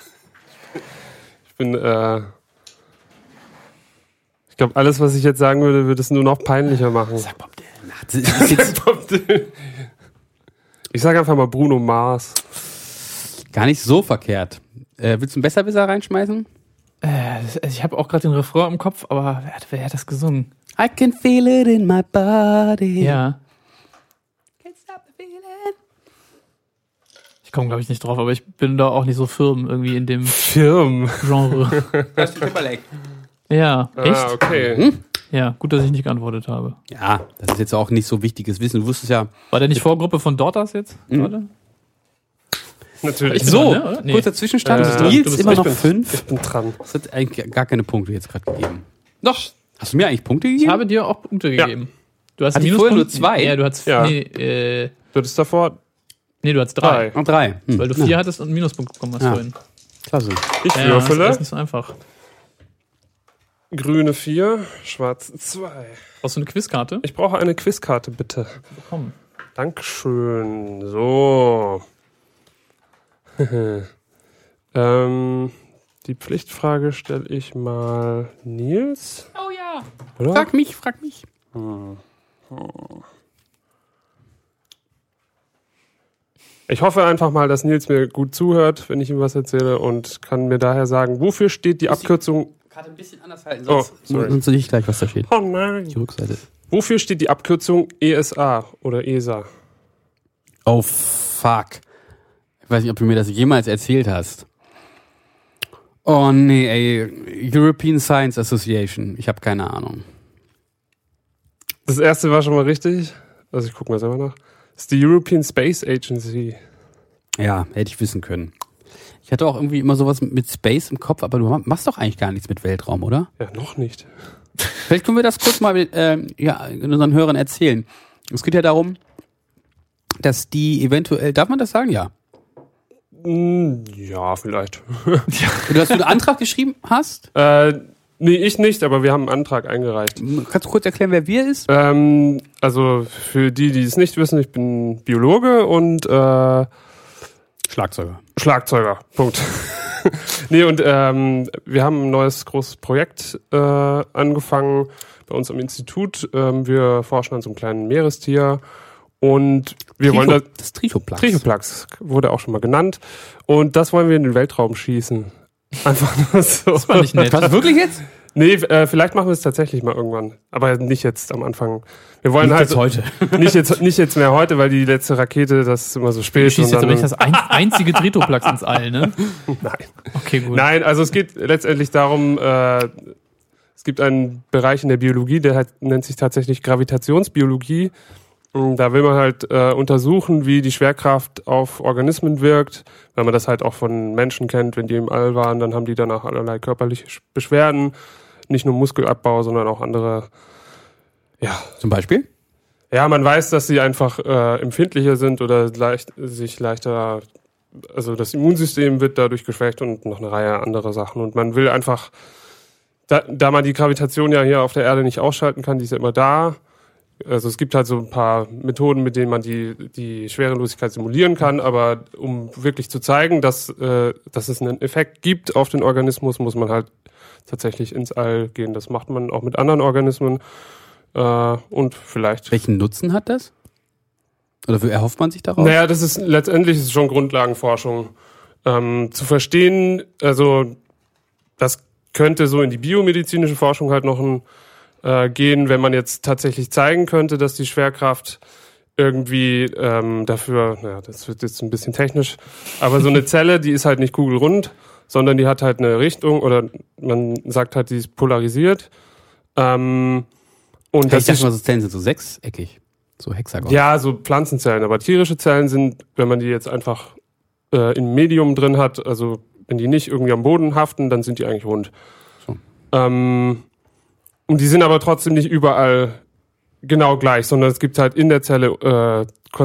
bin, äh. Ich glaube, alles, was ich jetzt sagen würde, würde es nur noch peinlicher machen. Sag Bob Dylan. Das ist jetzt Ich sage einfach mal Bruno Mars. gar nicht so verkehrt. Äh, willst du einen Besserwisser reinschmeißen? Äh, das- ich habe auch gerade den Refrain im Kopf, aber wer hat, wer hat das gesungen? I can feel it in my body. Ja. Can't stop the feeling. Ich komme, glaube ich, nicht drauf, aber ich bin da auch nicht so firm irgendwie in dem Firm. Genre. Justin Timberlake. Ja, echt? Ah, okay. Hm? Ja, gut, dass ich nicht geantwortet habe. Ja, das ist jetzt auch nicht so wichtiges Wissen. Du wusstest ja. War der nicht Vorgruppe von Dortas jetzt? Gerade? Natürlich. Ich bin So, dran, ne, oder? Nee. kurzer Zwischenstand. Äh, Nils du bist immer ich noch bin- fünf. Ich bin dran. Das hat eigentlich gar keine Punkte jetzt gerade gegeben. Doch. Hast du mir eigentlich Punkte Ich gegeben? habe dir auch Punkte Ja. gegeben. Du hast Hatte ich Minuspunkte- vorher nur zwei? Ja, du hast, Ja. nee, äh, Du hattest davor nee, du hast drei. drei. Und drei. Hm. Weil du vier hattest und einen Minuspunkt bekommen hast Ja. vorhin. Klasse. Ich Ja, das würfele. ist nicht so einfach. Grüne vier, schwarz zwei. Brauchst du eine Quizkarte? Ich brauche eine Quizkarte, bitte. Bekommen. Dankeschön. So. ähm, die Pflichtfrage stelle ich mal Nils. Oh ja. Oder? Frag mich, frag mich. Ich hoffe einfach mal, dass Nils mir gut zuhört, wenn ich ihm was erzähle und kann mir daher sagen, wofür steht die Abkürzung... Gerade ein bisschen anders halten, Oh, sonst, sorry. sonst sehe ich gleich, was da steht. Oh nein. Die Rückseite. Wofür steht die Abkürzung E S A oder E S A? Oh, fuck. Ich weiß nicht, ob du mir das jemals erzählt hast. Oh, nee, ey. European Science Association. Ich habe keine Ahnung. Das erste war schon mal richtig. Also ich gucke mal selber nach. Das ist die European Space Agency. Ja, hätte ich wissen können. Ich hatte auch irgendwie immer sowas mit Space im Kopf, aber du machst doch eigentlich gar nichts mit Weltraum, oder? Ja, noch nicht. Vielleicht können wir das kurz mal ähm, ja, unseren Hörern erzählen. Es geht ja darum, dass die eventuell, darf man das sagen? Ja. Hm, ja, vielleicht. Du hast einen Antrag geschrieben hast? äh, nee, ich nicht, aber wir haben einen Antrag eingereicht. Kannst du kurz erklären, wer wir ist? Ähm, also für die, die es nicht wissen, ich bin Biologe und äh, Schlagzeuger. Schlagzeuger. Punkt. nee, und ähm, wir haben ein neues großes Projekt äh, angefangen bei uns am Institut. Ähm, wir forschen an so einem kleinen Meerestier und wir Tricho, wollen das, das Trichoplax. Trichoplax wurde auch schon mal genannt und das wollen wir in den Weltraum schießen. Einfach nur so. Das war nicht nett. Was, wirklich jetzt? Nee, äh, vielleicht machen wir es tatsächlich mal irgendwann. Aber nicht jetzt am Anfang. Wir wollen Nicht halt jetzt heute. nicht jetzt nicht jetzt mehr heute, weil die letzte Rakete, das ist immer so spät. Du schießt und jetzt dann, aber nicht das ein, einzige Tritoplax ins All, ne? Nein. Okay, gut. Nein, also es geht letztendlich darum, äh, es gibt einen Bereich in der Biologie, der halt, nennt sich tatsächlich Gravitationsbiologie. Und da will man halt äh, untersuchen, wie die Schwerkraft auf Organismen wirkt. Wenn man das halt auch von Menschen kennt, wenn die im All waren, dann haben die danach allerlei körperliche Beschwerden. Nicht nur Muskelabbau, sondern auch andere. Ja. Zum Beispiel? Ja, man weiß, dass sie einfach äh, empfindlicher sind oder leicht, sich leichter, also das Immunsystem wird dadurch geschwächt und noch eine Reihe anderer Sachen. Und man will einfach, da, da man die Gravitation ja hier auf der Erde nicht ausschalten kann, die ist ja immer da. Also es gibt halt so ein paar Methoden, mit denen man die, die Schwerelosigkeit simulieren kann, aber um wirklich zu zeigen, dass, äh, dass es einen Effekt gibt auf den Organismus, muss man halt tatsächlich ins All gehen. Das macht man auch mit anderen Organismen. Äh, und vielleicht. Welchen Nutzen hat das? Oder wie erhofft man sich daraus? Naja, das ist letztendlich ist es schon Grundlagenforschung. Ähm, zu verstehen, also das könnte so in die biomedizinische Forschung halt noch ein äh, gehen, wenn man jetzt tatsächlich zeigen könnte, dass die Schwerkraft irgendwie ähm, dafür, naja, das wird jetzt ein bisschen technisch, aber so eine Zelle, die ist halt nicht kugelrund, sondern die hat halt eine Richtung oder man sagt halt, die ist polarisiert. Ähm, und hey, das ich dachte ist, mal, so Zellen sind so sechseckig, so Hexagon. ja, so Pflanzenzellen, aber tierische Zellen sind, wenn man die jetzt einfach äh, im Medium drin hat, also wenn die nicht irgendwie am Boden haften, dann sind die eigentlich rund. So. Ähm, und die sind aber trotzdem nicht überall genau gleich, sondern es gibt halt in der Zelle äh,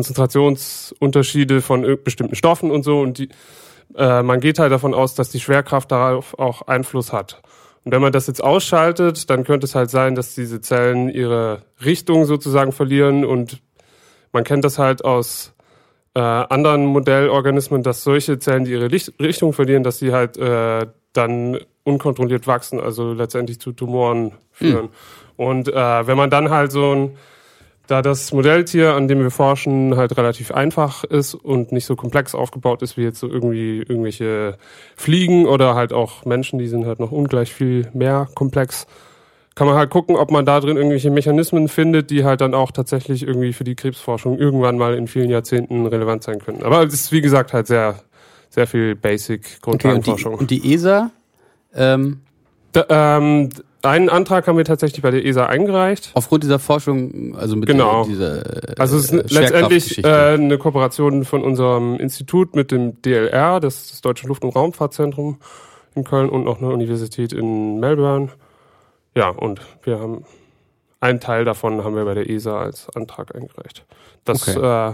Konzentrationsunterschiede von bestimmten Stoffen und so und die, äh, man geht halt davon aus, dass die Schwerkraft darauf auch Einfluss hat. Und wenn man das jetzt ausschaltet, dann könnte es halt sein, dass diese Zellen ihre Richtung sozusagen verlieren und man kennt das halt aus äh, anderen Modellorganismen, dass solche Zellen, die ihre Licht- Richtung verlieren, dass sie halt äh, dann unkontrolliert wachsen, also letztendlich zu Tumoren führen. Mhm. Und äh, wenn man dann halt so ein, da das Modelltier, an dem wir forschen, halt relativ einfach ist und nicht so komplex aufgebaut ist wie jetzt so irgendwie irgendwelche Fliegen oder halt auch Menschen, die sind halt noch ungleich viel mehr komplex, kann man halt gucken, ob man da drin irgendwelche Mechanismen findet, die halt dann auch tatsächlich irgendwie für die Krebsforschung irgendwann mal in vielen Jahrzehnten relevant sein können. Aber es ist, wie gesagt, halt sehr, sehr viel Basic-Grundlagenforschung. Okay, und, die, und die E S A? Ähm da, ähm, einen Antrag haben wir tatsächlich bei der E S A eingereicht. Aufgrund dieser Forschung, also mit genau. der, dieser äh, Also es ist letztendlich äh, eine Kooperation von unserem Institut mit dem D L R, das ist das Deutsche Luft- und Raumfahrtzentrum in Köln und noch eine Universität in Melbourne. Ja, und wir haben einen Teil davon haben wir bei der E S A als Antrag eingereicht. Das okay. äh,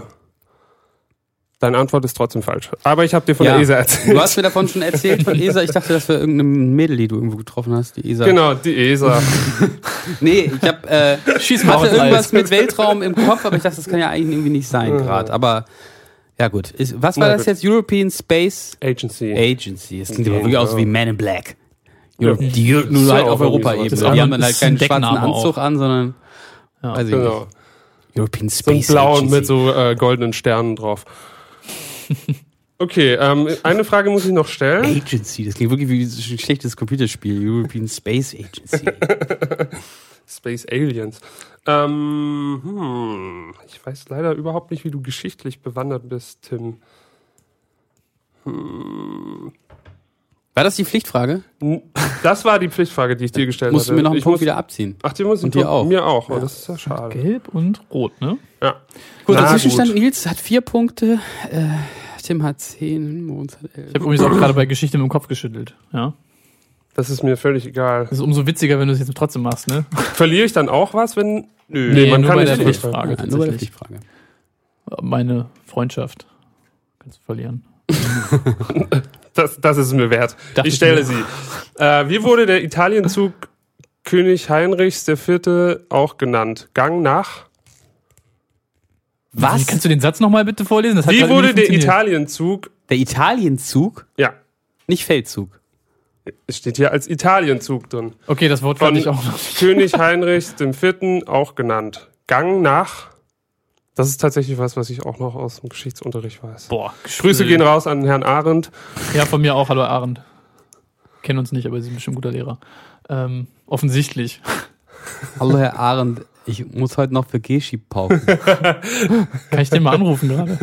Deine Antwort ist trotzdem falsch. Aber ich habe dir von ja. der E S A erzählt. Du hast mir davon schon erzählt von E S A. Ich dachte, das wäre irgendeine Mädel, die du irgendwo getroffen hast. Die E S A. Genau, die E S A. nee, ich hab, äh, Schieß hatte irgendwas mit Weltraum im Kopf, aber ich dachte, das kann ja eigentlich irgendwie nicht sein gerade. Aber ja gut. Ist, was war Na, das gut. jetzt? European Space Agency. Agency. Das klingt aber wirklich aus wie Man in Black. Europe, die nur halt auf Europa-Ebene. Die haben dann halt keinen schwarzen Anzug an, sondern ja, weiß ich genau. nicht. European Space so blau Agency. mit so äh, goldenen Sternen drauf. Okay, ähm, eine Frage muss ich noch stellen. Agency, das klingt wirklich wie ein schlechtes Computerspiel. European Space Agency. Space Aliens. Ähm, hm, ich weiß leider überhaupt nicht, wie du geschichtlich bewandert bist, Tim. Hm. War das die Pflichtfrage? Das war die Pflichtfrage, die ich dir gestellt Musst hatte. Musst du mir noch einen ich Punkt muss, wieder abziehen. Ach, dir muss und dir auch. Mir auch. Ja. Oh, das ist ja schade. Gelb und rot, ne? Ja. Gut, der Zwischenstand, Nils hat vier Punkte, äh, Tim hat zehn, Moritz hat elf. Ich habe übrigens auch gerade bei Geschichte mit dem Kopf geschüttelt, ja. Das ist mir völlig egal. Das ist umso witziger, wenn du es jetzt trotzdem machst, ne? Verliere ich dann auch was, wenn... Nö, nee, man nur kann bei nicht der Pflichtfrage. Ja, nur bei der Pflichtfrage. Meine Freundschaft kannst du verlieren. Das, das ist es mir wert. Dachte ich stelle ich sie. Äh, wie wurde der Italienzug König Heinrichs der Vierte auch genannt? Gang nach? Was? Kannst du den Satz nochmal bitte vorlesen? Das wie wurde der Italienzug... Der Italienzug? Ja. Nicht Feldzug. Es steht hier als Italienzug drin. Okay, das Wort fand ich auch noch. König Heinrich der Vierte auch genannt. Gang nach. Das ist tatsächlich was, was ich auch noch aus dem Geschichtsunterricht weiß. Boah. Grüße gehen raus an Herrn Arendt. Ja, von mir auch. Hallo Arendt. Kennen uns nicht, aber Sie sind bestimmt ein guter Lehrer. Ähm, offensichtlich. Hallo Herr Arendt, ich muss heute noch für Geschi pauken. Kann ich den mal anrufen gerade?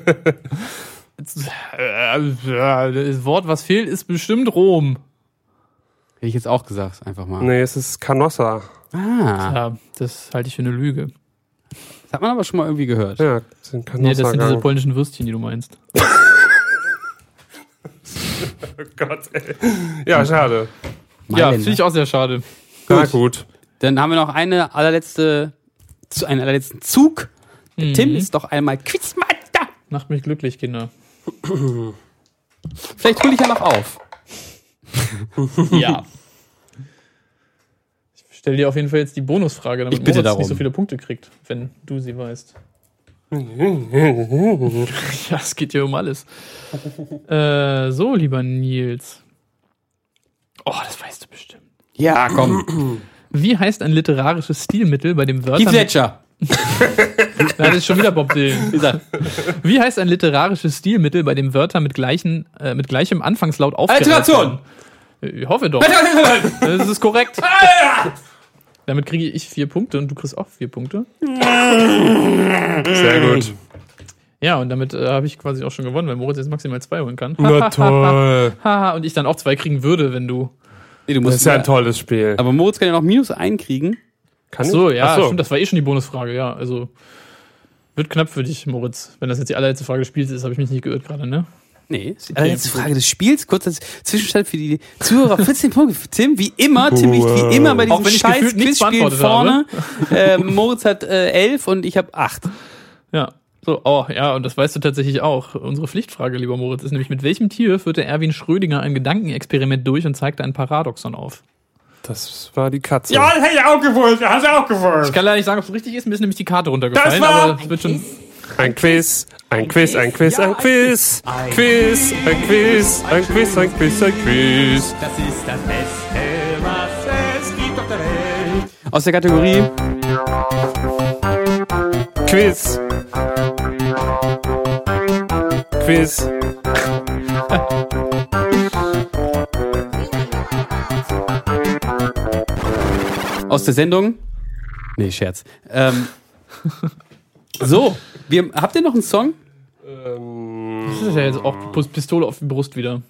Das Wort, was fehlt, ist bestimmt Rom. Hätte ich jetzt auch gesagt, einfach mal. Nee, es ist Canossa. Ah. Ja, das halte ich für eine Lüge. Das hat man aber schon mal irgendwie gehört. Ja, das sind Canossa. Nee, das sind diese polnischen Würstchen, die du meinst. Oh Gott, ey. Ja, schade. Ja, finde ich auch sehr schade. Na gut. Dann haben wir noch eine allerletzte, einen allerletzten Zug. Mhm. Tim ist doch einmal Quizmeister. Macht mich glücklich, Kinder. Vielleicht hole ich ja noch auf. Ja. Ich stelle dir auf jeden Fall jetzt die Bonusfrage, damit ich bitte Moritz darum. nicht so viele Punkte kriegt, wenn du sie weißt. Ja, es geht ja um alles. äh, so, lieber Nils. Oh, das weißt du bestimmt. Ja, komm. Wie heißt ein literarisches Stilmittel, bei dem Wörter... Heath Ledger. Nein, das ist schon wieder Bob Dylan. Wie heißt ein literarisches Stilmittel, bei dem Wörter mit, gleichen, äh, mit gleichem Anfangslaut aufgereiht Alliteration. werden? Ich hoffe doch. Das ist korrekt. Damit kriege ich vier Punkte und du kriegst auch vier Punkte. Sehr gut. Ja, und damit äh, habe ich quasi auch schon gewonnen, weil Moritz jetzt maximal zwei holen kann. Na toll. Haha, und ich dann auch zwei kriegen würde, wenn du... Nee, du Das musst ist ja ein tolles Spiel. Aber Moritz kann ja noch minus einen kriegen. Kann Ach so, ich? ja, Ach so. stimmt, das war eh schon die Bonusfrage, ja. Also, wird knapp für dich, Moritz. Wenn das jetzt die allerletzte Frage des Spiels ist, habe ich mich nicht geirrt gerade, ne? Nee, ist die allerletzte Frage des Spiels. Kurz als Zwischenstand für die Zuhörer. vierzehn Punkte für Tim. Wie immer. Tim liegt wie immer bei Auch diesem wenn ich scheiß gefühlt nichts Quizspiel beantwortet vorne. äh, Moritz hat äh, elf und ich habe acht. Ja. So, oh, ja, und das weißt du tatsächlich auch. Unsere Pflichtfrage, lieber Moritz, ist nämlich, mit welchem Tier führte Erwin Schrödinger ein Gedankenexperiment durch und zeigte ein Paradoxon auf? Das war die Katze. Ja, das hätte ich auch gewusst. Das hast du auch gewusst. Ich kann leider nicht sagen, ob es richtig ist. Mir ist nämlich die Karte runtergefallen, Das war aber es wird schon... Ein Quiz, ein Quiz, ein Quiz, ein Quiz. Quiz, ein Quiz, ein Quiz, ein Quiz, ein Quiz. Das ist das Beste, was es gibt auf der Welt. Aus der Kategorie Quiz. Quiz. Aus der Sendung. Nee, Scherz. Ähm, so, wir, habt ihr noch einen Song? Ähm, Das ist ja jetzt auch Pistole auf die Brust wieder.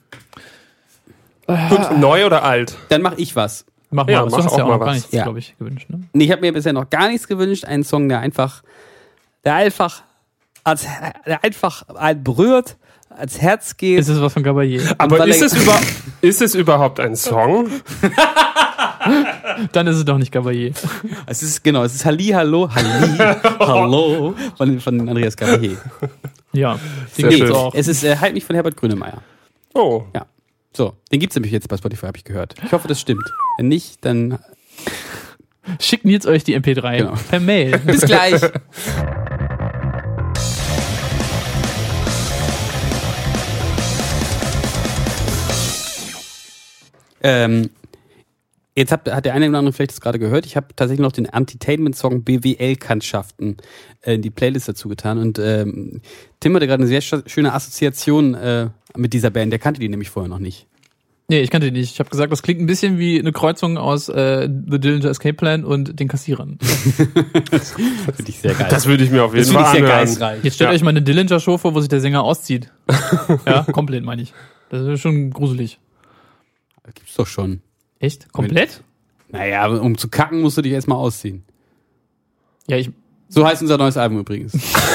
gut, neu oder alt? Dann mach ich was. Mach mal, Ja, was. mach Du hast auch ja auch mal noch gar was. nichts, Ja. glaube ich, gewünscht, ne? Nee, ich habe mir bisher noch gar nichts gewünscht. Einen Song, der einfach, der einfach, als, der einfach einen berührt, als Herz geht. Ist es was von Gabayé? Aber weil ist er- es, über, ist es überhaupt ein Song? Dann ist es doch nicht Gabayé. Es ist, genau, es ist Halli, Hallo, Halli, Hallo von, von Andreas Gabayé. Ja, Sehr den gibt's schön. auch. Es ist äh, Halt mich von Herbert Grönemeyer. Oh. Ja. So, den gibt's nämlich jetzt bei Spotify, habe ich gehört. Ich hoffe, das stimmt. Wenn nicht, dann Schickt Nils euch die M P drei Genau. per Mail. bis gleich. ähm, jetzt habt, hat der eine oder andere vielleicht das gerade gehört. Ich habe tatsächlich noch den Entertainment-Song B W L-Kantschaften äh, in die Playlist dazu getan. Und ähm, Tim hatte gerade eine sehr sch- schöne Assoziation äh, mit dieser Band. Der kannte die nämlich vorher noch nicht. Nee, ich kannte die nicht. Ich habe gesagt, das klingt ein bisschen wie eine Kreuzung aus äh, The Dillinger Escape Plan und den Kassierern. Finde ich sehr geil. Das würde ich mir auf jeden Das finde ich Fall sehr anhören. geistreich. Jetzt stellt Ja. euch mal eine Dillinger-Show vor, wo sich der Sänger auszieht. Ja, komplett meine ich. Das ist schon gruselig. Das gibt's doch schon. Echt? Komplett? Naja, aber um zu kacken, musst du dich erstmal ausziehen. Ja, ich... So heißt unser neues Album übrigens.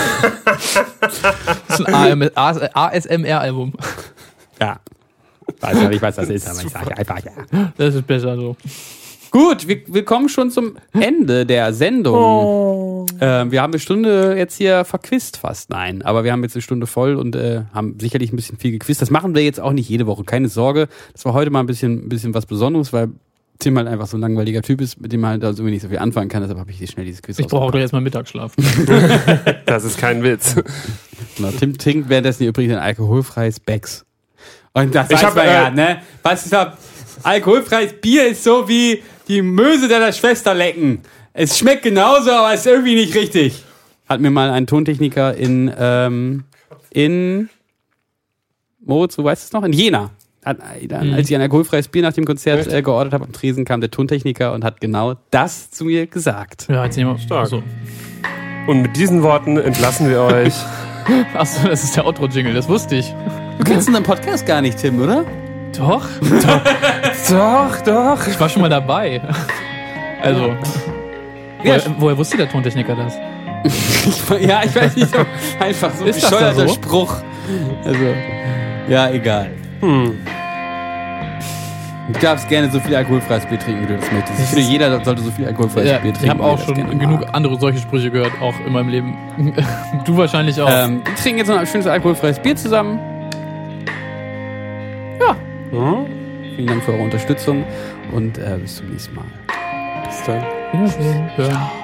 Das ist ein A S M R-Album. Ja. Weiß nicht, ich weiß, was das ist, aber ich sage einfach ja. Das ist besser so. Gut, wir, wir kommen schon zum Ende der Sendung. Oh. Ähm, wir haben eine Stunde jetzt hier verquizt fast. Nein, aber wir haben jetzt eine Stunde voll und äh, haben sicherlich ein bisschen viel gequizt. Das machen wir jetzt auch nicht jede Woche, keine Sorge. Das war heute mal ein bisschen, ein bisschen was Besonderes, weil Tim halt einfach so ein langweiliger Typ ist, mit dem man halt also irgendwie nicht so viel anfangen kann. Deshalb habe ich hier schnell dieses Quiz Ich brauche auch ausgepackt. gleich erstmal Mittagsschlaf. Das ist kein Witz. Genau, Tim trinkt währenddessen hier übrigens ein alkoholfreies Becks. Und das ich weiß hab, man äh, ja, ne? Was ist da? Alkoholfreies Bier ist so wie die Möse deiner Schwester lecken. Es schmeckt genauso, aber ist irgendwie nicht richtig. Hat mir mal ein Tontechniker in, ähm, in, Moritz, du weißt es noch? In Jena. Hat, dann, als ich ein alkoholfreies Bier nach dem Konzert äh, geordert habe am Tresen, kam der Tontechniker und hat genau das zu mir gesagt. Ja, jetzt nehmen wir Stark. So. Und mit diesen Worten entlassen wir euch. Achso, das ist der Outro-Jingle, das wusste ich. Du kennst unseren Podcast gar nicht, Tim, oder? Doch. Doch, doch. Ich war schon mal dabei. Also, Ja, woher, woher wusste der Tontechniker das? ich, ja, ich weiß nicht, einfach so ein Ist das da bescheuerter so? Spruch. Also, ja, egal. Hm. Du darfst gerne so viel alkoholfreies Bier trinken, wie du das möchtest. Ich finde, jeder sollte so viel alkoholfreies Ja, Bier trinken. ich habe wie er auch das schon gerne genug mag. andere solche Sprüche gehört, auch in meinem Leben. Du wahrscheinlich auch. Ähm, wir trinken jetzt noch ein schönes alkoholfreies Bier zusammen. Ja. Hm? Vielen Dank für eure Unterstützung und äh, bis zum nächsten Mal. Bis dann. Ja.